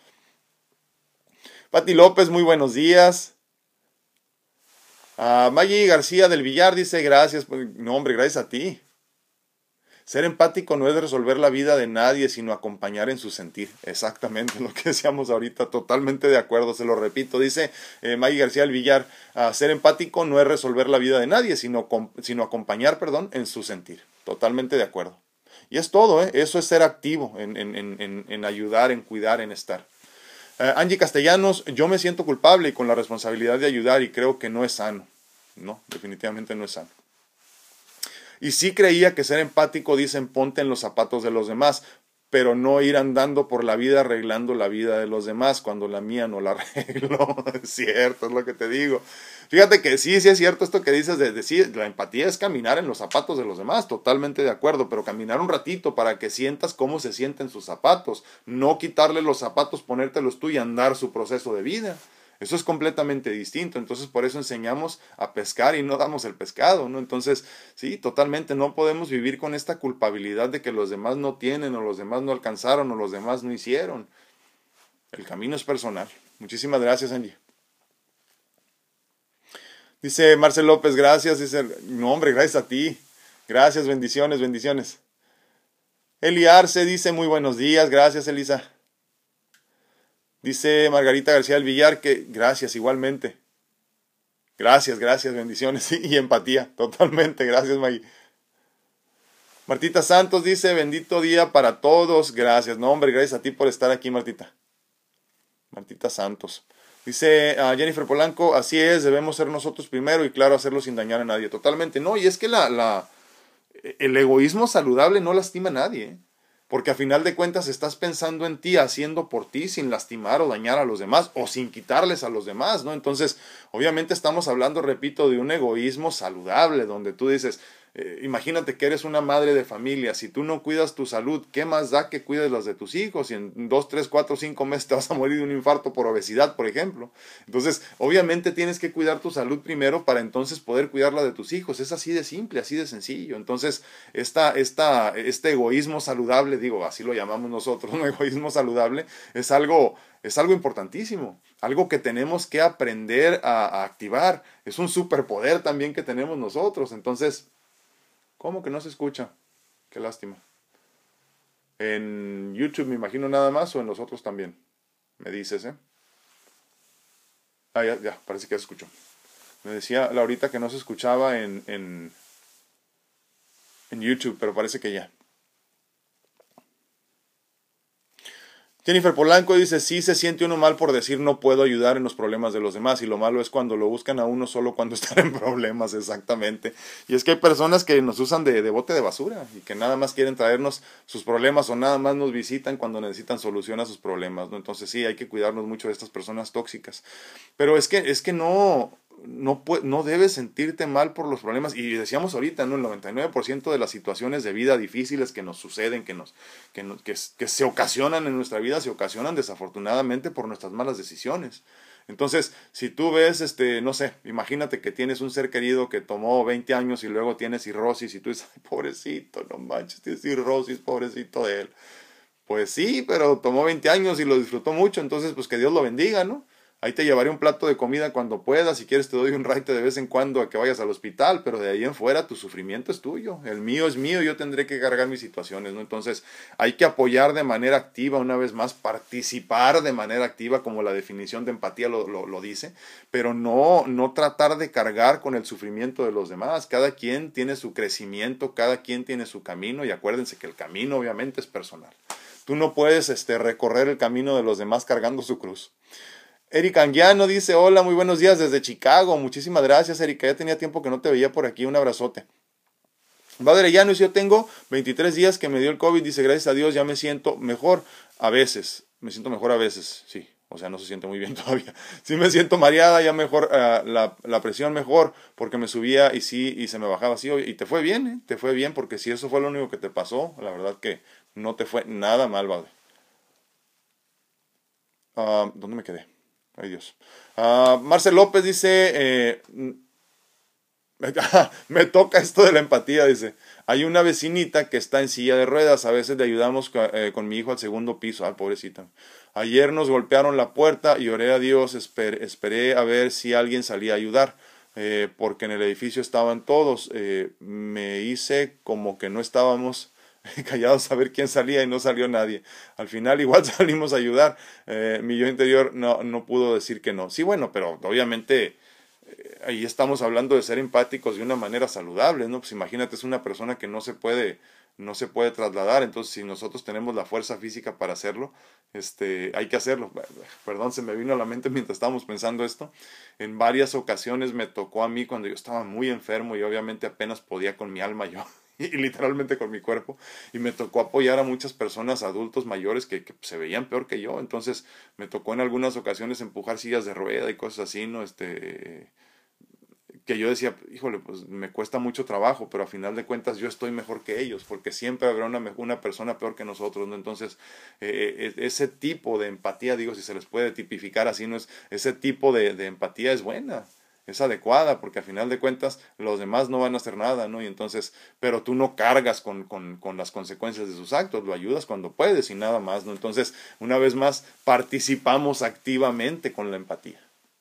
A: Pati López, muy buenos días. Uh, Maggie García del Villar dice, gracias. No, hombre, gracias a ti. Ser empático no es resolver la vida de nadie, sino acompañar en su sentir. Exactamente lo que decíamos ahorita, totalmente de acuerdo, se lo repito. Dice eh, Maggie García del Villar, uh, ser empático no es resolver la vida de nadie, sino, sino acompañar, perdón, en su sentir. Totalmente de acuerdo. Y es todo, ¿eh? Eso es ser activo, en, en, en, en ayudar, en cuidar, en estar. Uh, Angie Castellanos, yo me siento culpable y con la responsabilidad de ayudar y creo que no es sano. No, definitivamente no es sano. Y sí creía que ser empático, dicen, ponte en los zapatos de los demás, pero no ir andando por la vida arreglando la vida de los demás cuando la mía no la arreglo. Es cierto, es lo que te digo. Fíjate que sí, sí es cierto esto que dices de decir, la empatía es caminar en los zapatos de los demás, totalmente de acuerdo, pero caminar un ratito para que sientas cómo se sienten sus zapatos, no quitarle los zapatos, ponértelos tú y andar su proceso de vida. Eso es completamente distinto, entonces por eso enseñamos a pescar y no damos el pescado, ¿no? Entonces, sí, totalmente, no podemos vivir con esta culpabilidad de que los demás no tienen, o los demás no alcanzaron, o los demás no hicieron. El camino es personal. Muchísimas gracias, Angie. Dice Marcel López, gracias, dice, no hombre, gracias a ti. Gracias, bendiciones, bendiciones. Eli Arce dice muy buenos días, gracias Elisa. Dice Margarita García del Villar que gracias igualmente. Gracias, gracias, bendiciones y empatía, totalmente, gracias Maggie. Martita Santos dice, bendito día para todos, gracias. No, hombre, gracias a ti por estar aquí, Martita. Martita Santos. Dice uh, Jennifer Polanco, así es, debemos ser nosotros primero y claro, hacerlo sin dañar a nadie. Totalmente, no, y es que la, la, el egoísmo saludable no lastima a nadie, ¿eh? Porque a final de cuentas estás pensando en ti, haciendo por ti sin lastimar o dañar a los demás o sin quitarles a los demás, ¿no? Entonces, obviamente estamos hablando, repito, de un egoísmo saludable, donde tú dices, eh, imagínate que eres una madre de familia, si tú no cuidas tu salud, ¿qué más da que cuides las de tus hijos? Y en dos, tres, cuatro, cinco meses te vas a morir de un infarto por obesidad, por ejemplo. Entonces, obviamente tienes que cuidar tu salud primero para entonces poder cuidar la de tus hijos. Es así de simple, así de sencillo. Entonces, esta, esta, este egoísmo saludable, digo, así lo llamamos nosotros, un egoísmo saludable, es algo, es algo importantísimo, algo que tenemos que aprender a, a activar. Es un superpoder también que tenemos nosotros. Entonces, ¿cómo que no se escucha? Qué lástima. En YouTube me imagino nada más o en los otros también. Me dices, ¿eh? Ah, ya, ya, parece que ya se escuchó. Me decía Laurita que no se escuchaba en, en, en YouTube, pero parece que ya. Jennifer Polanco dice, sí se siente uno mal por decir no puedo ayudar en los problemas de los demás y lo malo es cuando lo buscan a uno solo cuando están en problemas, exactamente. Y es que hay personas que nos usan de, de bote de basura y que nada más quieren traernos sus problemas o nada más nos visitan cuando necesitan solución a sus problemas, ¿no? Entonces sí, hay que cuidarnos mucho de estas personas tóxicas. Pero es que, es que no... No, no debes sentirte mal por los problemas. Y decíamos ahorita, ¿no? El noventa y nueve por ciento de las situaciones de vida difíciles que nos suceden, que, nos, que, nos, que, que se ocasionan en nuestra vida, se ocasionan desafortunadamente por nuestras malas decisiones. Entonces, si tú ves, este, no sé, imagínate que tienes un ser querido que tomó veinte años y luego tiene cirrosis y tú dices, ay, pobrecito, no manches, tiene cirrosis, pobrecito de él. Pues sí, pero tomó veinte años y lo disfrutó mucho, entonces pues que Dios lo bendiga, ¿no? Ahí te llevaré un plato de comida cuando puedas, si quieres te doy un raite de vez en cuando a que vayas al hospital, pero de ahí en fuera tu sufrimiento es tuyo, el mío es mío, yo tendré que cargar mis situaciones, ¿no? Entonces hay que apoyar de manera activa, una vez más, participar de manera activa, como la definición de empatía lo, lo, lo dice, pero no, no tratar de cargar con el sufrimiento de los demás. Cada quien tiene su crecimiento, cada quien tiene su camino y acuérdense que el camino obviamente es personal. Tú no puedes este, recorrer el camino de los demás cargando su cruz. Erika Anguiano dice, hola, muy buenos días desde Chicago. Muchísimas gracias, Erika. Ya tenía tiempo que no te veía por aquí. Un abrazote. Padre Llanos, yo tengo veintitrés días que me dio el COVID. Dice, gracias a Dios, ya me siento mejor a veces. Me siento mejor a veces, sí. O sea, no se siente muy bien todavía. Sí me siento mareada, ya mejor, uh, la, la presión mejor, porque me subía y sí, y se me bajaba así. Y te fue bien, ¿eh? Te fue bien, porque si eso fue lo único que te pasó, la verdad que no te fue nada mal, Padre. Uh, ¿Dónde me quedé? Ay Dios. Uh, Marcel López dice, eh, me toca esto de la empatía, dice. Hay una vecinita que está en silla de ruedas, a veces le ayudamos eh, con mi hijo al segundo piso. Ah, pobrecita. Ayer nos golpearon la puerta y oré a Dios, esper, esperé a ver si alguien salía a ayudar, eh, porque en el edificio estaban todos. Eh, me hice como que no estábamos callados a ver quién salía y no salió nadie. Al final igual salimos a ayudar. Eh, mi yo interior no, no pudo decir que no. Sí, bueno, pero obviamente eh, ahí estamos hablando de ser empáticos de una manera saludable, ¿no? Pues imagínate, es una persona que no se puede, no se puede trasladar, entonces si nosotros tenemos la fuerza física para hacerlo, este, hay que hacerlo. Perdón, se me vino a la mente mientras estábamos pensando esto. En varias ocasiones me tocó a mí cuando yo estaba muy enfermo y obviamente apenas podía con mi alma yo. Y literalmente con mi cuerpo, y me tocó apoyar a muchas personas, adultos mayores que, que se veían peor que yo. Entonces me tocó en algunas ocasiones empujar sillas de rueda y cosas así, ¿no? Este, que yo decía, híjole, pues me cuesta mucho trabajo, pero a final de cuentas yo estoy mejor que ellos, porque siempre habrá una, una persona peor que nosotros, ¿no? Entonces, eh, ese tipo de empatía, digo, si se les puede tipificar así, ¿no? Es, ese tipo de, de empatía es buena, es adecuada, porque a final de cuentas los demás no van a hacer nada, ¿no? Y entonces, pero tú no cargas con, con, con las consecuencias de sus actos, lo ayudas cuando puedes y nada más, ¿no? Entonces, una vez más, participamos activamente con la empatía.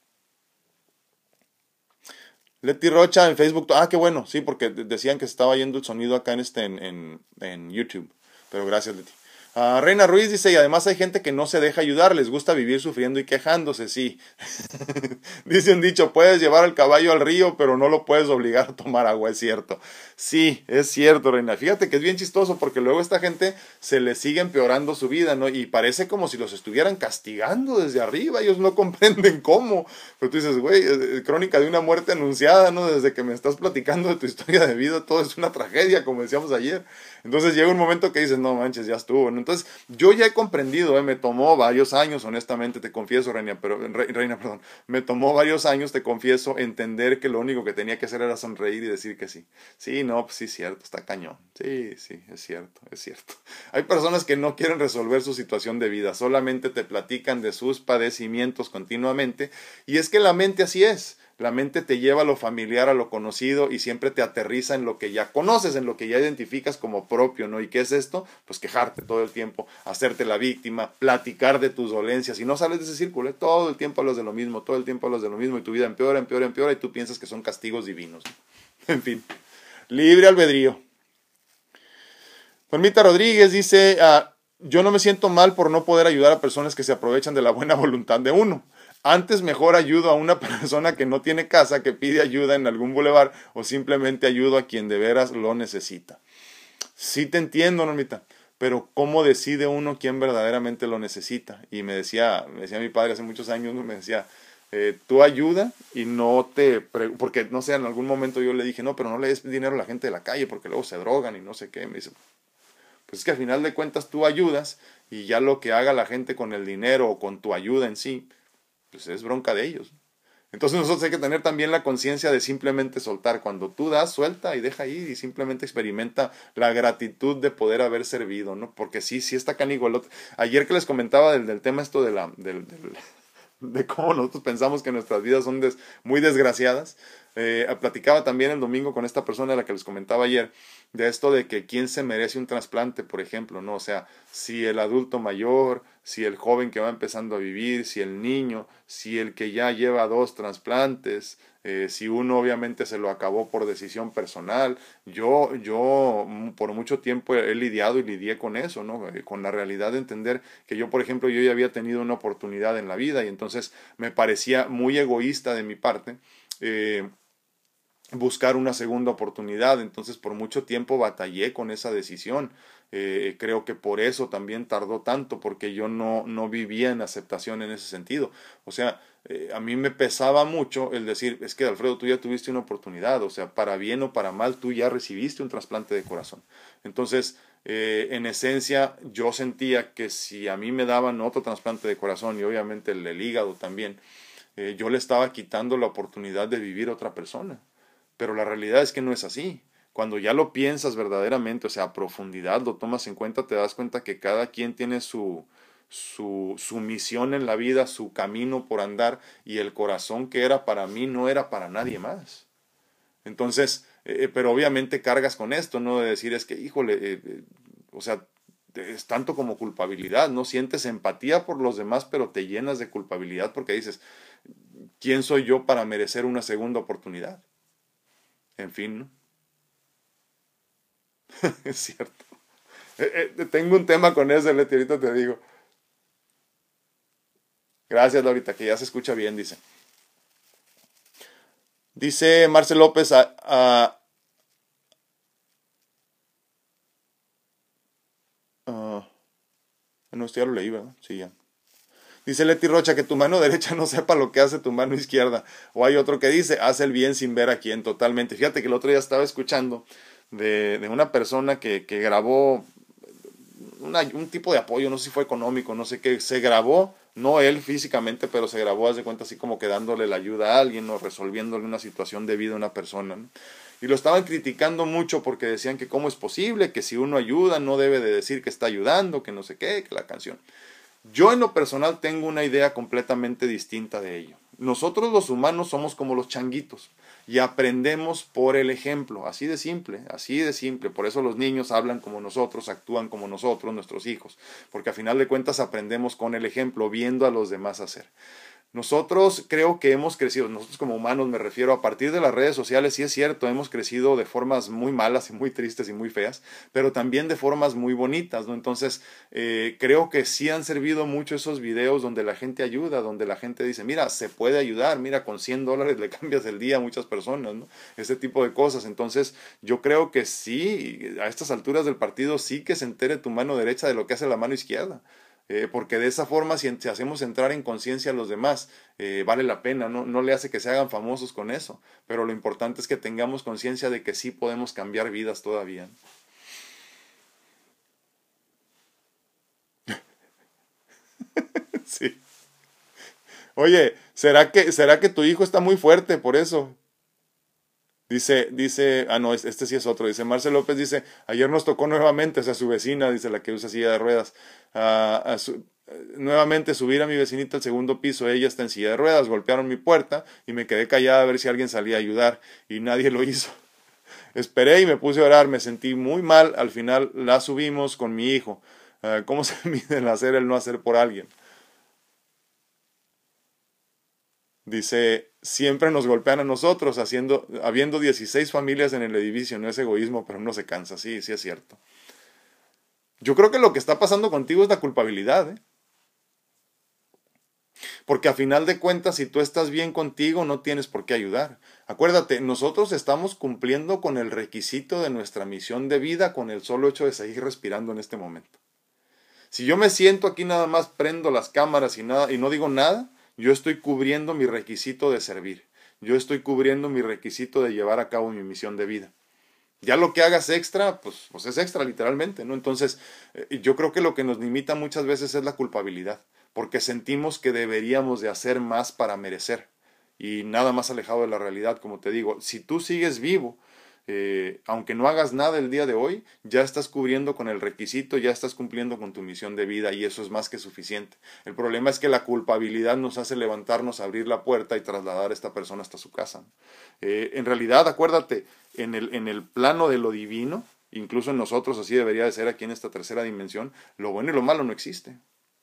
A: Leti Rocha en Facebook. Ah, qué bueno, sí, porque decían que se estaba yendo el sonido acá en este en, en, en YouTube. Pero gracias, Leti. Uh, Reina Ruiz dice, y además hay gente que no se deja ayudar, les gusta vivir sufriendo y quejándose, sí. Dice un dicho, puedes llevar al caballo al río, pero no lo puedes obligar a tomar agua, es cierto. Sí, es cierto, Reina. Fíjate que es bien chistoso porque luego esta gente se les sigue empeorando su vida, ¿no? Y parece como si los estuvieran castigando desde arriba, ellos no comprenden cómo. Pero tú dices, güey, crónica de una muerte anunciada, ¿no? Desde que me estás platicando de tu historia de vida, todo es una tragedia, como decíamos ayer. Entonces llega un momento que dices, no manches, ya estuvo, ¿no? Entonces, yo ya he comprendido, ¿eh? Me tomó varios años, honestamente, te confieso, Reina, pero, Reina, perdón, me tomó varios años, te confieso, entender que lo único que tenía que hacer era sonreír y decir que sí. Sí, no, pues sí, es cierto, está cañón. Sí, sí, es cierto, es cierto. Hay personas que no quieren resolver su situación de vida, solamente te platican de sus padecimientos continuamente, y es que la mente así es. La mente te lleva a lo familiar, a lo conocido y siempre te aterriza en lo que ya conoces, en lo que ya identificas como propio, ¿no? ¿Y qué es esto? Pues quejarte todo el tiempo, hacerte la víctima, platicar de tus dolencias y no sales de ese círculo, ¿eh? Todo el tiempo hablas de lo mismo, todo el tiempo hablas de lo mismo y tu vida empeora, empeora, empeora y tú piensas que son castigos divinos. En fin, libre albedrío. Juanmita Rodríguez dice, ah, yo no me siento mal por no poder ayudar a personas que se aprovechan de la buena voluntad de uno. Antes mejor ayudo a una persona que no tiene casa, que pide ayuda en algún bulevar, o simplemente ayudo a quien de veras lo necesita. Sí te entiendo, Normita, pero ¿cómo decide uno quién verdaderamente lo necesita? Y me decía, me decía mi padre hace muchos años, me decía, eh, tú ayuda y no te... Porque, no sé, en algún momento yo le dije, no, pero no le des dinero a la gente de la calle porque luego se drogan y no sé qué. Me dice, pues es que al final de cuentas tú ayudas y ya lo que haga la gente con el dinero o con tu ayuda en sí, pues es bronca de ellos. Entonces nosotros hay que tener también la conciencia de simplemente soltar. Cuando tú das, suelta y deja ir y simplemente experimenta la gratitud de poder haber servido, ¿no? Porque sí, sí está canigo el otro. Ayer que les comentaba del, del tema esto de la, del, del, de cómo nosotros pensamos que nuestras vidas son des, muy desgraciadas, eh, platicaba también el domingo con esta persona de la que les comentaba ayer, de esto de que quién se merece un trasplante, por ejemplo, ¿no? O sea, si el adulto mayor, si el joven que va empezando a vivir, si el niño, si el que ya lleva dos trasplantes, eh, si uno obviamente se lo acabó por decisión personal. Yo, yo por mucho tiempo he lidiado y lidié con eso, ¿no? Eh, con la realidad de entender que yo, por ejemplo, yo ya había tenido una oportunidad en la vida y entonces me parecía muy egoísta de mi parte, eh, buscar una segunda oportunidad. Entonces por mucho tiempo batallé con esa decisión. Eh, creo que por eso también tardó tanto, porque yo no, no vivía en aceptación en ese sentido. O sea, eh, a mí me pesaba mucho el decir, es que Alfredo, tú ya tuviste una oportunidad, o sea, para bien o para mal, tú ya recibiste un trasplante de corazón. Entonces, eh, en esencia, yo sentía que si a mí me daban otro trasplante de corazón y obviamente el, el hígado también, eh, yo le estaba quitando la oportunidad de vivir a otra persona. Pero la realidad es que no es así. Cuando ya lo piensas verdaderamente, o sea, a profundidad, lo tomas en cuenta, te das cuenta que cada quien tiene su, su, su misión en la vida, su camino por andar, y el corazón que era para mí no era para nadie más. Entonces, eh, pero obviamente cargas con esto, ¿no? De decir, es que, híjole, eh, eh, o sea, es tanto como culpabilidad, ¿no? Sientes empatía por los demás, pero te llenas de culpabilidad porque dices, ¿quién soy yo para merecer una segunda oportunidad? En fin, ¿no? Es cierto. Eh, eh, tengo un tema con eso, Leti, ahorita te digo. Gracias, Laurita, que ya se escucha bien, dice. Dice Marcel López, a, a, a no, esto ya lo leí, ¿verdad? Sí, ya. Dice Leti Rocha que tu mano derecha no sepa lo que hace tu mano izquierda. O hay otro que dice, hace el bien sin ver a quién, totalmente. Fíjate que el otro día estaba escuchando de, de una persona que, que grabó una, un tipo de apoyo, no sé si fue económico, no sé qué, se grabó, no él físicamente, pero se grabó, haz de cuenta, así como que dándole la ayuda a alguien o resolviéndole una situación de vida a una persona, ¿no? Y lo estaban criticando mucho porque decían que cómo es posible, que si uno ayuda no debe de decir que está ayudando, que no sé qué, que la canción. Yo en lo personal tengo una idea completamente distinta de ello. Nosotros los humanos somos como los changuitos y aprendemos por el ejemplo, así de simple, así de simple. Por eso los niños hablan como nosotros, actúan como nosotros, nuestros hijos, porque a final de cuentas aprendemos con el ejemplo, viendo a los demás hacer. Nosotros creo que hemos crecido, nosotros como humanos me refiero, a partir de las redes sociales, sí es cierto, hemos crecido de formas muy malas y muy tristes y muy feas, pero también de formas muy bonitas, ¿no? Entonces, eh, creo que sí han servido mucho esos videos donde la gente ayuda, donde la gente dice, mira, se puede ayudar, mira, con cien dólares le cambias el día a muchas personas, ¿no? Ese tipo de cosas. Entonces, yo creo que sí, a estas alturas del partido, sí que se entere tu mano derecha de lo que hace la mano izquierda. Eh, porque de esa forma, si, si hacemos entrar en conciencia a los demás, eh, vale la pena, ¿no? No le hace que se hagan famosos con eso, pero lo importante es que tengamos conciencia de que sí podemos cambiar vidas todavía. Sí. Oye, ¿será que, será que tu hijo está muy fuerte por eso? Dice, dice, ah no, este sí es otro, dice Marcel López, dice, ayer nos tocó nuevamente, o sea, su vecina, dice la que usa silla de ruedas, ah, a su- eh, nuevamente subir a mi vecinita al segundo piso, ella está en silla de ruedas, golpearon mi puerta y me quedé callada a ver si alguien salía a ayudar y nadie lo hizo. Esperé y me puse a orar, me sentí muy mal, al final la subimos con mi hijo. Ah, ¿cómo se mide el hacer, el no hacer por alguien? Dice, siempre nos golpean a nosotros, haciendo, habiendo dieciséis familias en el edificio, no es egoísmo, pero uno se cansa, sí, sí es cierto. Yo creo que lo que está pasando contigo es la culpabilidad, ¿eh? Porque a final de cuentas, si tú estás bien contigo, no tienes por qué ayudar. Acuérdate, nosotros estamos cumpliendo con el requisito de nuestra misión de vida con el solo hecho de seguir respirando en este momento. Si yo me siento aquí nada más, prendo las cámaras y, nada, y no digo nada, yo estoy cubriendo mi requisito de servir. Yo estoy cubriendo mi requisito de llevar a cabo mi misión de vida. Ya lo que hagas extra, pues, pues es extra literalmente, ¿no? Entonces, eh, yo creo que lo que nos limita muchas veces es la culpabilidad, porque sentimos que deberíamos de hacer más para merecer. Y nada más alejado de la realidad, como te digo, si tú sigues vivo, eh, aunque no hagas nada el día de hoy, ya estás cubriendo con el requisito, ya estás cumpliendo con tu misión de vida y eso es más que suficiente. El problema es que la culpabilidad nos hace levantarnos, abrir la puerta y trasladar a esta persona hasta su casa. Eh, en realidad, acuérdate, en el, en el plano de lo divino, incluso en nosotros así debería de ser aquí en esta tercera dimensión, lo bueno y lo malo no existe.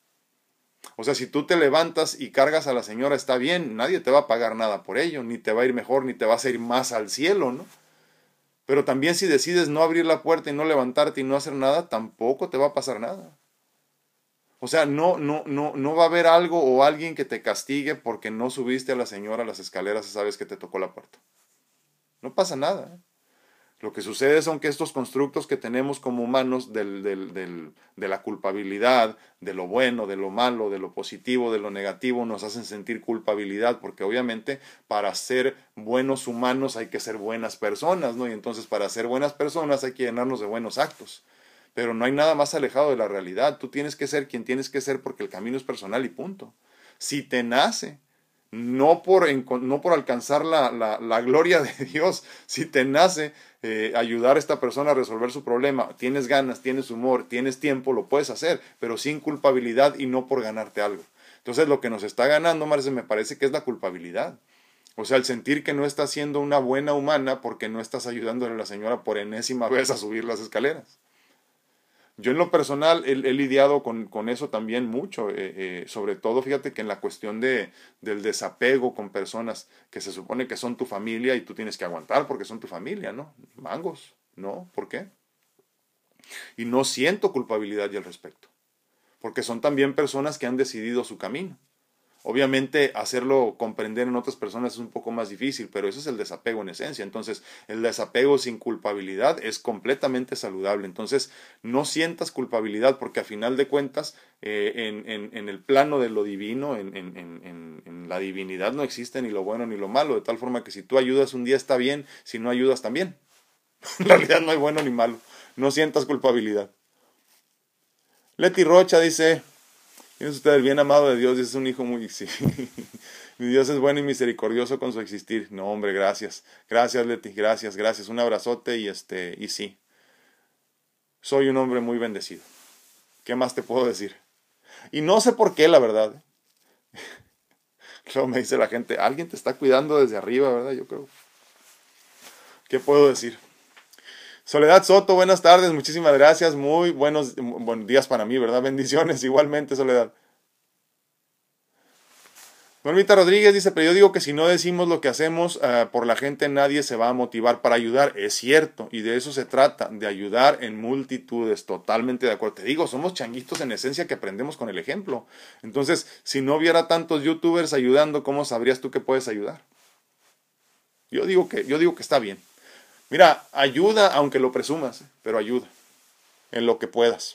A: O sea, si tú te levantas y cargas a la señora, está bien, nadie te va a pagar nada por ello, ni te va a ir mejor, ni te vas a ir más al cielo, ¿no? Pero también si decides no abrir la puerta y no levantarte y no hacer nada, tampoco te va a pasar nada. O sea, no, no, no, no va a haber algo o alguien que te castigue porque no subiste a la señora a las escaleras esa vez que te tocó la puerta. No pasa nada, ¿eh? Lo que sucede son que estos constructos que tenemos como humanos del, del, del, de la culpabilidad, de lo bueno, de lo malo, de lo positivo, de lo negativo, nos hacen sentir culpabilidad, porque obviamente para ser buenos humanos hay que ser buenas personas, ¿no? Y entonces para ser buenas personas hay que llenarnos de buenos actos. Pero no hay nada más alejado de la realidad. Tú tienes que ser quien tienes que ser porque el camino es personal y punto. Si te nace, no por, no por alcanzar la, la, la gloria de Dios, si te nace eh, ayudar a esta persona a resolver su problema, tienes ganas, tienes humor, tienes tiempo, lo puedes hacer, pero sin culpabilidad y no por ganarte algo. Entonces lo que nos está ganando, Marce, me parece que es la culpabilidad. O sea, el sentir que no estás siendo una buena humana porque no estás ayudándole a la señora por enésima vez a subir las escaleras. Yo en lo personal he, he lidiado con, con eso también mucho, eh, eh, sobre todo fíjate que en la cuestión de, del desapego con personas que se supone que son tu familia y tú tienes que aguantar porque son tu familia, ¿no? Mangos, ¿no? ¿Por qué? Y no siento culpabilidad y al respecto, porque son también personas que han decidido su camino. Obviamente hacerlo comprender en otras personas es un poco más difícil, pero eso es el desapego en esencia. Entonces, el desapego sin culpabilidad es completamente saludable. Entonces, no sientas culpabilidad porque a final de cuentas, eh, en, en, en el plano de lo divino, en, en, en, en la divinidad no existe ni lo bueno ni lo malo, de tal forma que si tú ayudas un día está bien, si no ayudas también. En realidad no hay bueno ni malo. No sientas culpabilidad. Leti Rocha dice... Es usted el bien amado de Dios, es un hijo muy... Sí. Mi Dios es bueno y misericordioso con su existir. No, hombre, gracias. Gracias, Leti, gracias, gracias. Un abrazote y este, y sí. Soy un hombre muy bendecido. ¿Qué más te puedo decir? Y no sé por qué, la verdad. Luego me dice la gente, alguien te está cuidando desde arriba, ¿verdad? Yo creo. ¿Qué puedo decir? Soledad Soto, buenas tardes, muchísimas gracias, muy buenos, buenos días para mí, ¿verdad? Bendiciones igualmente, Soledad. Normita Rodríguez dice, pero yo digo que si no decimos lo que hacemos uh, por la gente, nadie se va a motivar para ayudar. Es cierto, y de eso se trata, de ayudar en multitudes, totalmente de acuerdo. Te digo, somos changuitos en esencia que aprendemos con el ejemplo. Entonces, si no hubiera tantos youtubers ayudando, ¿cómo sabrías tú que puedes ayudar? Yo digo que, yo digo que está bien. Mira, ayuda aunque lo presumas, pero ayuda en lo que puedas.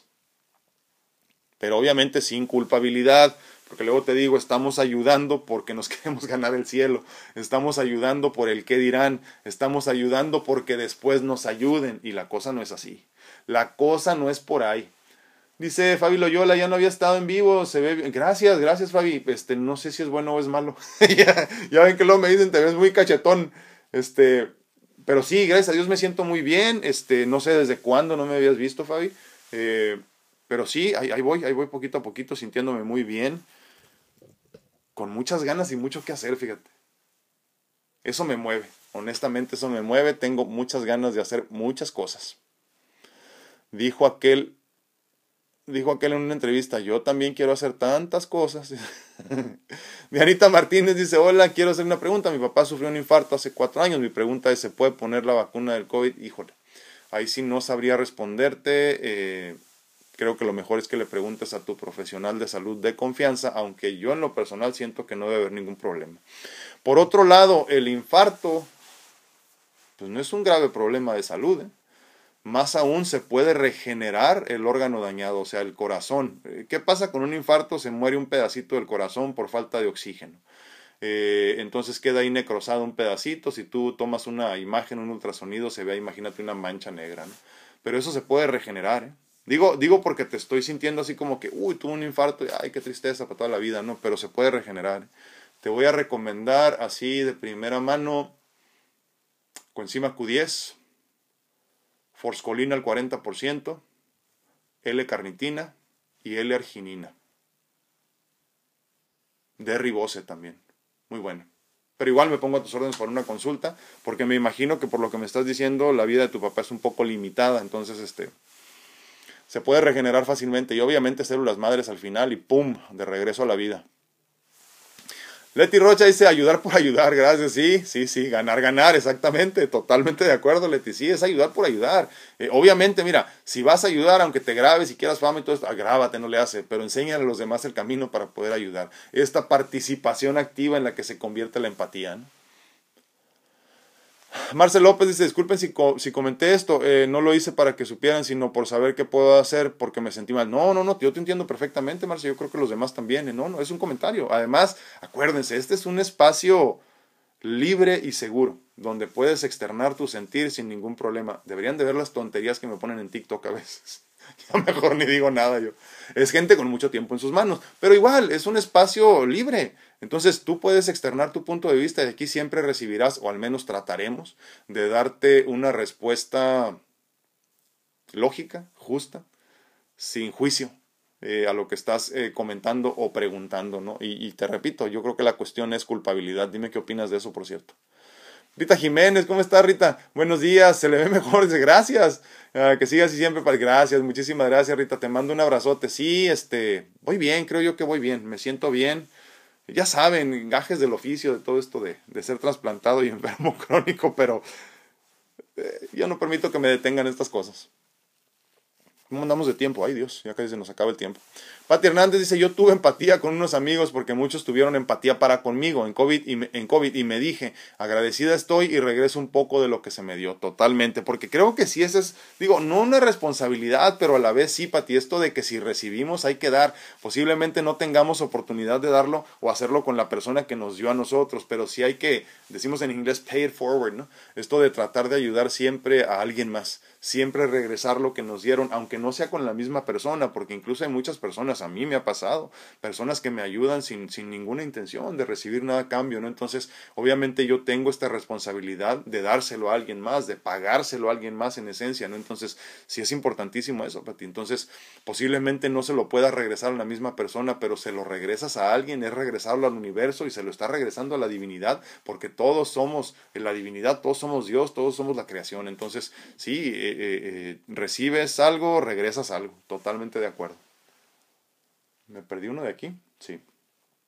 A: Pero obviamente sin culpabilidad, porque luego te digo, estamos ayudando porque nos queremos ganar el cielo, estamos ayudando por el qué dirán, estamos ayudando porque después nos ayuden, y la cosa no es así, la cosa no es por ahí. Dice Fabi Loyola, ya no había estado en vivo, se ve bien. Gracias, gracias Fabi, este, no sé si es bueno o es malo, ya, ya ven que luego me dicen, te ves muy cachetón, este, pero sí, gracias a Dios me siento muy bien, este, no sé desde cuándo no me habías visto Fabi, eh, pero sí, ahí, ahí voy, ahí voy poquito a poquito sintiéndome muy bien, con muchas ganas y mucho que hacer, fíjate. Eso me mueve, honestamente eso me mueve, tengo muchas ganas de hacer muchas cosas. Dijo aquel, dijo aquel en una entrevista, yo también quiero hacer tantas cosas. Dianita Martínez dice, hola, quiero hacer una pregunta, mi papá sufrió un infarto hace cuatro años, mi pregunta es, ¿se puede poner la vacuna del COVID? Híjole, ahí sí no sabría responderte, eh, creo que lo mejor es que le preguntes a tu profesional de salud de confianza, aunque yo en lo personal siento que no debe haber ningún problema. Por otro lado, el infarto, pues no es un grave problema de salud, ¿eh? Más aún se puede regenerar el órgano dañado, o sea, el corazón. ¿Qué pasa con un infarto? Se muere un pedacito del corazón por falta de oxígeno. Eh, entonces queda ahí necrosado un pedacito. Si tú tomas una imagen, un ultrasonido, se ve, imagínate una mancha negra, ¿no? Pero eso se puede regenerar, ¿eh? Digo, digo porque te estoy sintiendo así como que, uy, tuve un infarto, y, ay, qué tristeza para toda la vida, ¿no? Pero se puede regenerar. Te voy a recomendar así de primera mano coenzima Q diez, forscolina al cuarenta por ciento, L-carnitina y L-arginina. De ribose también, muy bueno. Pero igual me pongo a tus órdenes para una consulta, porque me imagino que por lo que me estás diciendo, la vida de tu papá es un poco limitada, entonces este... se puede regenerar fácilmente y obviamente células madres al final y ¡pum! De regreso a la vida. Leti Rocha dice ayudar por ayudar, gracias, sí, sí, sí, ganar, ganar, exactamente, totalmente de acuerdo Leti, sí, es ayudar por ayudar. Eh, obviamente, mira, si vas a ayudar, aunque te grabes y quieras fama y todo esto, agrávate, no le hace, pero enséñale a los demás el camino para poder ayudar. Esta participación activa en la que se convierte la empatía, ¿no? Marcel López dice, disculpen si, co si comenté esto, eh, no lo hice para que supieran, sino por saber qué puedo hacer porque me sentí mal. No, no, no, yo te entiendo perfectamente, Marcel, yo creo que los demás también, ¿eh? No, no, es un comentario. Además, acuérdense, este es un espacio libre y seguro, donde puedes externar tu sentir sin ningún problema. Deberían de ver las tonterías que me ponen en TikTok a veces. Ya mejor ni digo nada yo. Es gente con mucho tiempo en sus manos, pero igual, es un espacio libre. Entonces tú puedes externar tu punto de vista y aquí siempre recibirás, o al menos trataremos, de darte una respuesta lógica, justa, sin juicio, eh, a lo que estás eh, comentando o preguntando, ¿no? Y, y te repito, yo creo que la cuestión es culpabilidad. Dime qué opinas de eso, por cierto. Rita Jiménez, ¿cómo estás, Rita? Buenos días, se le ve mejor, dice, gracias, uh, que sigas así siempre, para... gracias, muchísimas gracias, Rita, te mando un abrazote. Sí, este, voy bien, creo yo que voy bien, me siento bien. Ya saben, gajes del oficio de todo esto de, de ser trasplantado y enfermo crónico, pero eh, yo no permito que me detengan estas cosas. ¿Cómo andamos de tiempo? Ay Dios, ya casi se nos acaba el tiempo. Pati Hernández dice, yo tuve empatía con unos amigos porque muchos tuvieron empatía para conmigo en COVID, y me, en COVID y me dije, agradecida estoy y regreso un poco de lo que se me dio, totalmente, porque creo que sí, esa es, digo, no una responsabilidad, pero a la vez sí, Pati, esto de que si recibimos hay que dar, posiblemente no tengamos oportunidad de darlo o hacerlo con la persona que nos dio a nosotros, pero sí hay que, decimos en inglés, pay it forward, ¿no? Esto de tratar de ayudar siempre a alguien más, siempre regresar lo que nos dieron, aunque no sea con la misma persona, porque incluso hay muchas personas, a mí me ha pasado, personas que me ayudan sin, sin ninguna intención de recibir nada a cambio, ¿no? Entonces, obviamente yo tengo esta responsabilidad de dárselo a alguien más, de pagárselo a alguien más en esencia, ¿no? Entonces, sí es importantísimo eso, Pati. Entonces, posiblemente no se lo pueda regresar a la misma persona, pero se lo regresas a alguien, es regresarlo al universo y se lo está regresando a la divinidad, porque todos somos la divinidad, todos somos Dios, todos somos la creación. Entonces, sí, eh, eh, eh, recibes algo, regresas algo, totalmente de acuerdo. ¿Me perdí uno de aquí? Sí.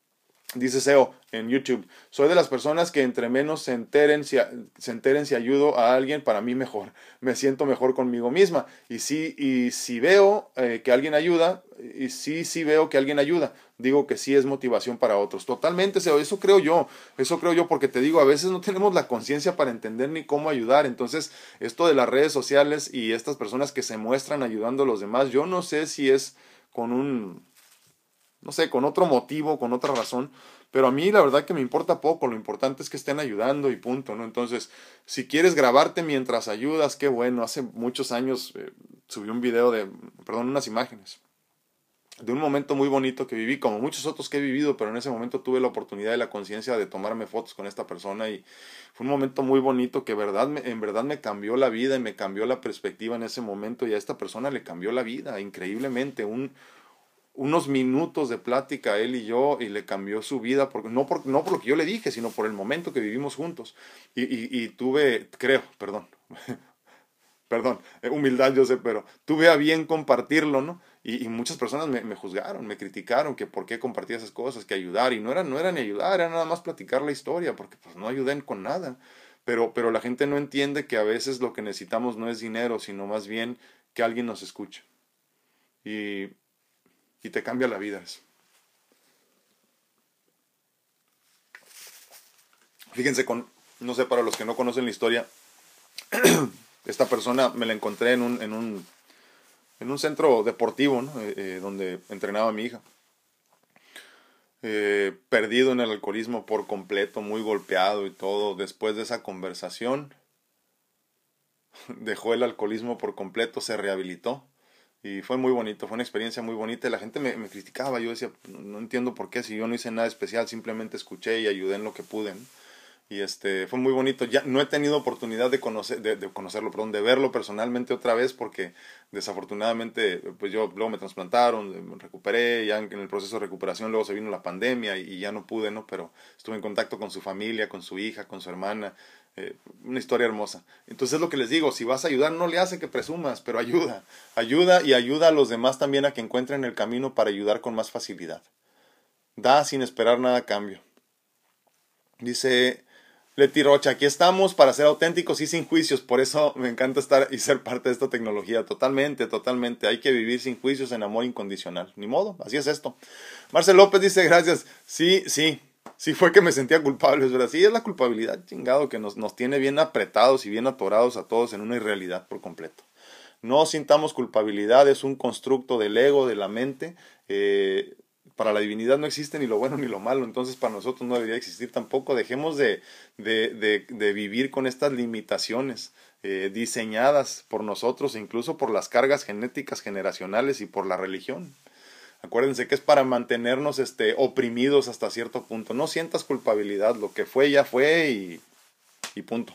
A: Dice S E O en YouTube, soy de las personas que entre menos se enteren, si, se enteren si ayudo a alguien, para mí mejor, me siento mejor conmigo misma. Y sí, y si veo eh, que alguien ayuda, y sí, sí veo que alguien ayuda, digo que sí es motivación para otros. Totalmente, S E O, eso creo yo, eso creo yo, porque te digo, a veces no tenemos la conciencia para entender ni cómo ayudar. Entonces, esto de las redes sociales y estas personas que se muestran ayudando a los demás, yo no sé si es con un no sé, con otro motivo, con otra razón, pero a mí la verdad que me importa poco, lo importante es que estén ayudando y punto, ¿no? Entonces, si quieres grabarte mientras ayudas, qué bueno, hace muchos años eh, subí un video de, perdón, unas imágenes de un momento muy bonito que viví, como muchos otros que he vivido, pero en ese momento tuve la oportunidad y la conciencia de tomarme fotos con esta persona y fue un momento muy bonito que verdad, en verdad me cambió la vida y me cambió la perspectiva en ese momento y a esta persona le cambió la vida increíblemente, un unos minutos de plática él y yo y le cambió su vida, porque, no, por, no por lo que yo le dije, sino por el momento que vivimos juntos. Y, y, y tuve, creo, perdón, perdón, eh, humildad yo sé, pero tuve a bien compartirlo, ¿no? Y, y muchas personas me, me juzgaron, me criticaron, que por qué compartía esas cosas, que ayudar, y no era, no era ni ayudar, era nada más platicar la historia, porque pues no ayuden con nada. Pero, pero la gente no entiende que a veces lo que necesitamos no es dinero, sino más bien que alguien nos escuche. Y y te cambia la vida eso. Fíjense, con, no sé, para los que no conocen la historia, esta persona me la encontré en un, en un, en un centro deportivo, ¿no? eh, eh, donde entrenaba a mi hija. Eh, perdido en el alcoholismo por completo, muy golpeado y todo. Después de esa conversación, dejó el alcoholismo por completo, se rehabilitó. Y fue muy bonito, fue una experiencia muy bonita. Y la gente me, me criticaba, yo decía, no, no entiendo por qué, si yo no hice nada especial, simplemente escuché y ayudé en lo que pude, ¿no? Y este, fue muy bonito. Ya no he tenido oportunidad de, conocer, de, de conocerlo, perdón, de verlo personalmente otra vez porque desafortunadamente, pues yo luego me trasplantaron, me recuperé, ya en, en el proceso de recuperación luego se vino la pandemia y, y ya no pude, ¿no? Pero estuve en contacto con su familia, con su hija, con su hermana. Eh, una historia hermosa. Entonces es lo que les digo, si vas a ayudar no le hace que presumas, pero ayuda, ayuda y ayuda a los demás también a que encuentren el camino para ayudar con más facilidad. Da sin esperar nada a cambio. Dice Leti Rocha, aquí estamos para ser auténticos y sin juicios, por eso me encanta estar y ser parte de esta tecnología, totalmente, totalmente, hay que vivir sin juicios en amor incondicional, ni modo, así es esto. Marcel López dice, gracias, sí, sí, sí fue que me sentía culpable, es verdad, sí es la culpabilidad, chingado, que nos, nos tiene bien apretados y bien atorados a todos en una irrealidad por completo. No sintamos culpabilidad, es un constructo del ego, de la mente, eh, para la divinidad no existe ni lo bueno ni lo malo, entonces para nosotros no debería existir tampoco. Dejemos de, de, de, de vivir con estas limitaciones eh, diseñadas por nosotros, incluso por las cargas genéticas generacionales y por la religión. Acuérdense que es para mantenernos este, oprimidos hasta cierto punto. No sientas culpabilidad, lo que fue ya fue y, y punto.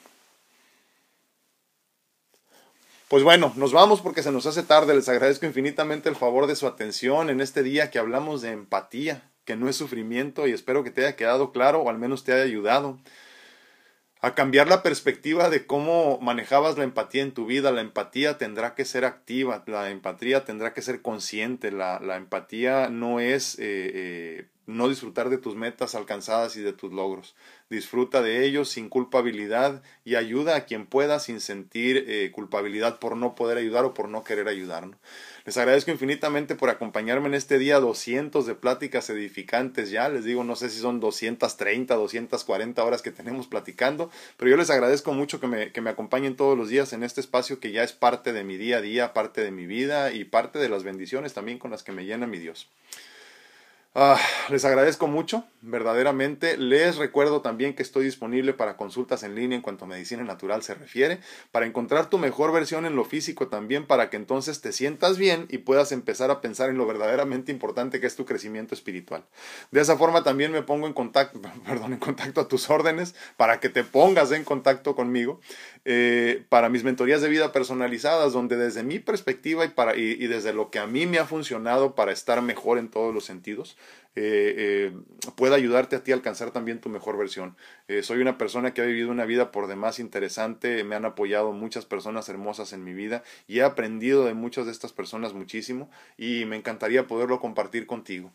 A: Pues bueno, nos vamos porque se nos hace tarde. Les agradezco infinitamente el favor de su atención en este día que hablamos de empatía, que no es sufrimiento, y espero que te haya quedado claro o al menos te haya ayudado a cambiar la perspectiva de cómo manejabas la empatía en tu vida. La empatía tendrá que ser activa, la empatía tendrá que ser consciente, la, la empatía no es eh, eh, no disfrutar de tus metas alcanzadas y de tus logros. Disfruta de ellos sin culpabilidad y ayuda a quien pueda sin sentir eh, culpabilidad por no poder ayudar o por no querer ayudar, ¿no? Les agradezco infinitamente por acompañarme en este día, doscientos de pláticas edificantes ya, les digo, no sé si son doscientas treinta, doscientas cuarenta horas que tenemos platicando, pero yo les agradezco mucho que me, que me acompañen todos los días en este espacio que ya es parte de mi día a día, parte de mi vida y parte de las bendiciones también con las que me llena mi Dios. Ah, les agradezco mucho, verdaderamente. Les recuerdo también que estoy disponible para consultas en línea en cuanto a medicina natural se refiere, para encontrar tu mejor versión en lo físico también, para que entonces te sientas bien y puedas empezar a pensar en lo verdaderamente importante que es tu crecimiento espiritual. De esa forma también me pongo en contacto, perdón, en contacto a tus órdenes, para que te pongas en contacto conmigo, eh, para mis mentorías de vida personalizadas, donde desde mi perspectiva y, para, y, y desde lo que a mí me ha funcionado para estar mejor en todos los sentidos, Eh, eh, pueda ayudarte a ti a alcanzar también tu mejor versión. Eh, soy una persona que ha vivido una vida por demás interesante, me han apoyado muchas personas hermosas en mi vida y he aprendido de muchas de estas personas muchísimo y me encantaría poderlo compartir contigo.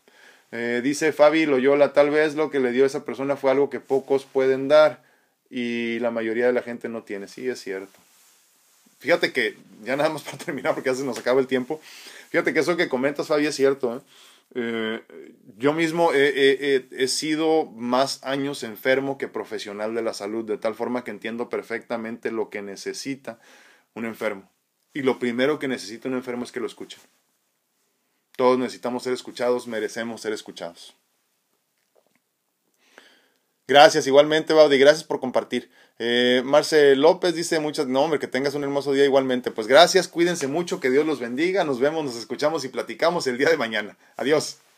A: Eh, dice Fabi Loyola, tal vez lo que le dio a esa persona fue algo que pocos pueden dar y la mayoría de la gente no tiene. Sí, es cierto. Fíjate que, ya nada más para terminar porque ya se nos acaba el tiempo, fíjate que eso que comentas, Fabi, es cierto, ¿eh? Eh, yo mismo he, he, he, he sido más años enfermo que profesional de la salud, de tal forma que entiendo perfectamente lo que necesita un enfermo. Y lo primero que necesita un enfermo es que lo escuchen. Todos necesitamos ser escuchados, merecemos ser escuchados. Gracias, igualmente, Baudi, gracias por compartir. Eh, Marce López dice muchas, no hombre, que tengas un hermoso día igualmente. Pues gracias, cuídense mucho, que Dios los bendiga, nos vemos, nos escuchamos y platicamos el día de mañana. Adiós.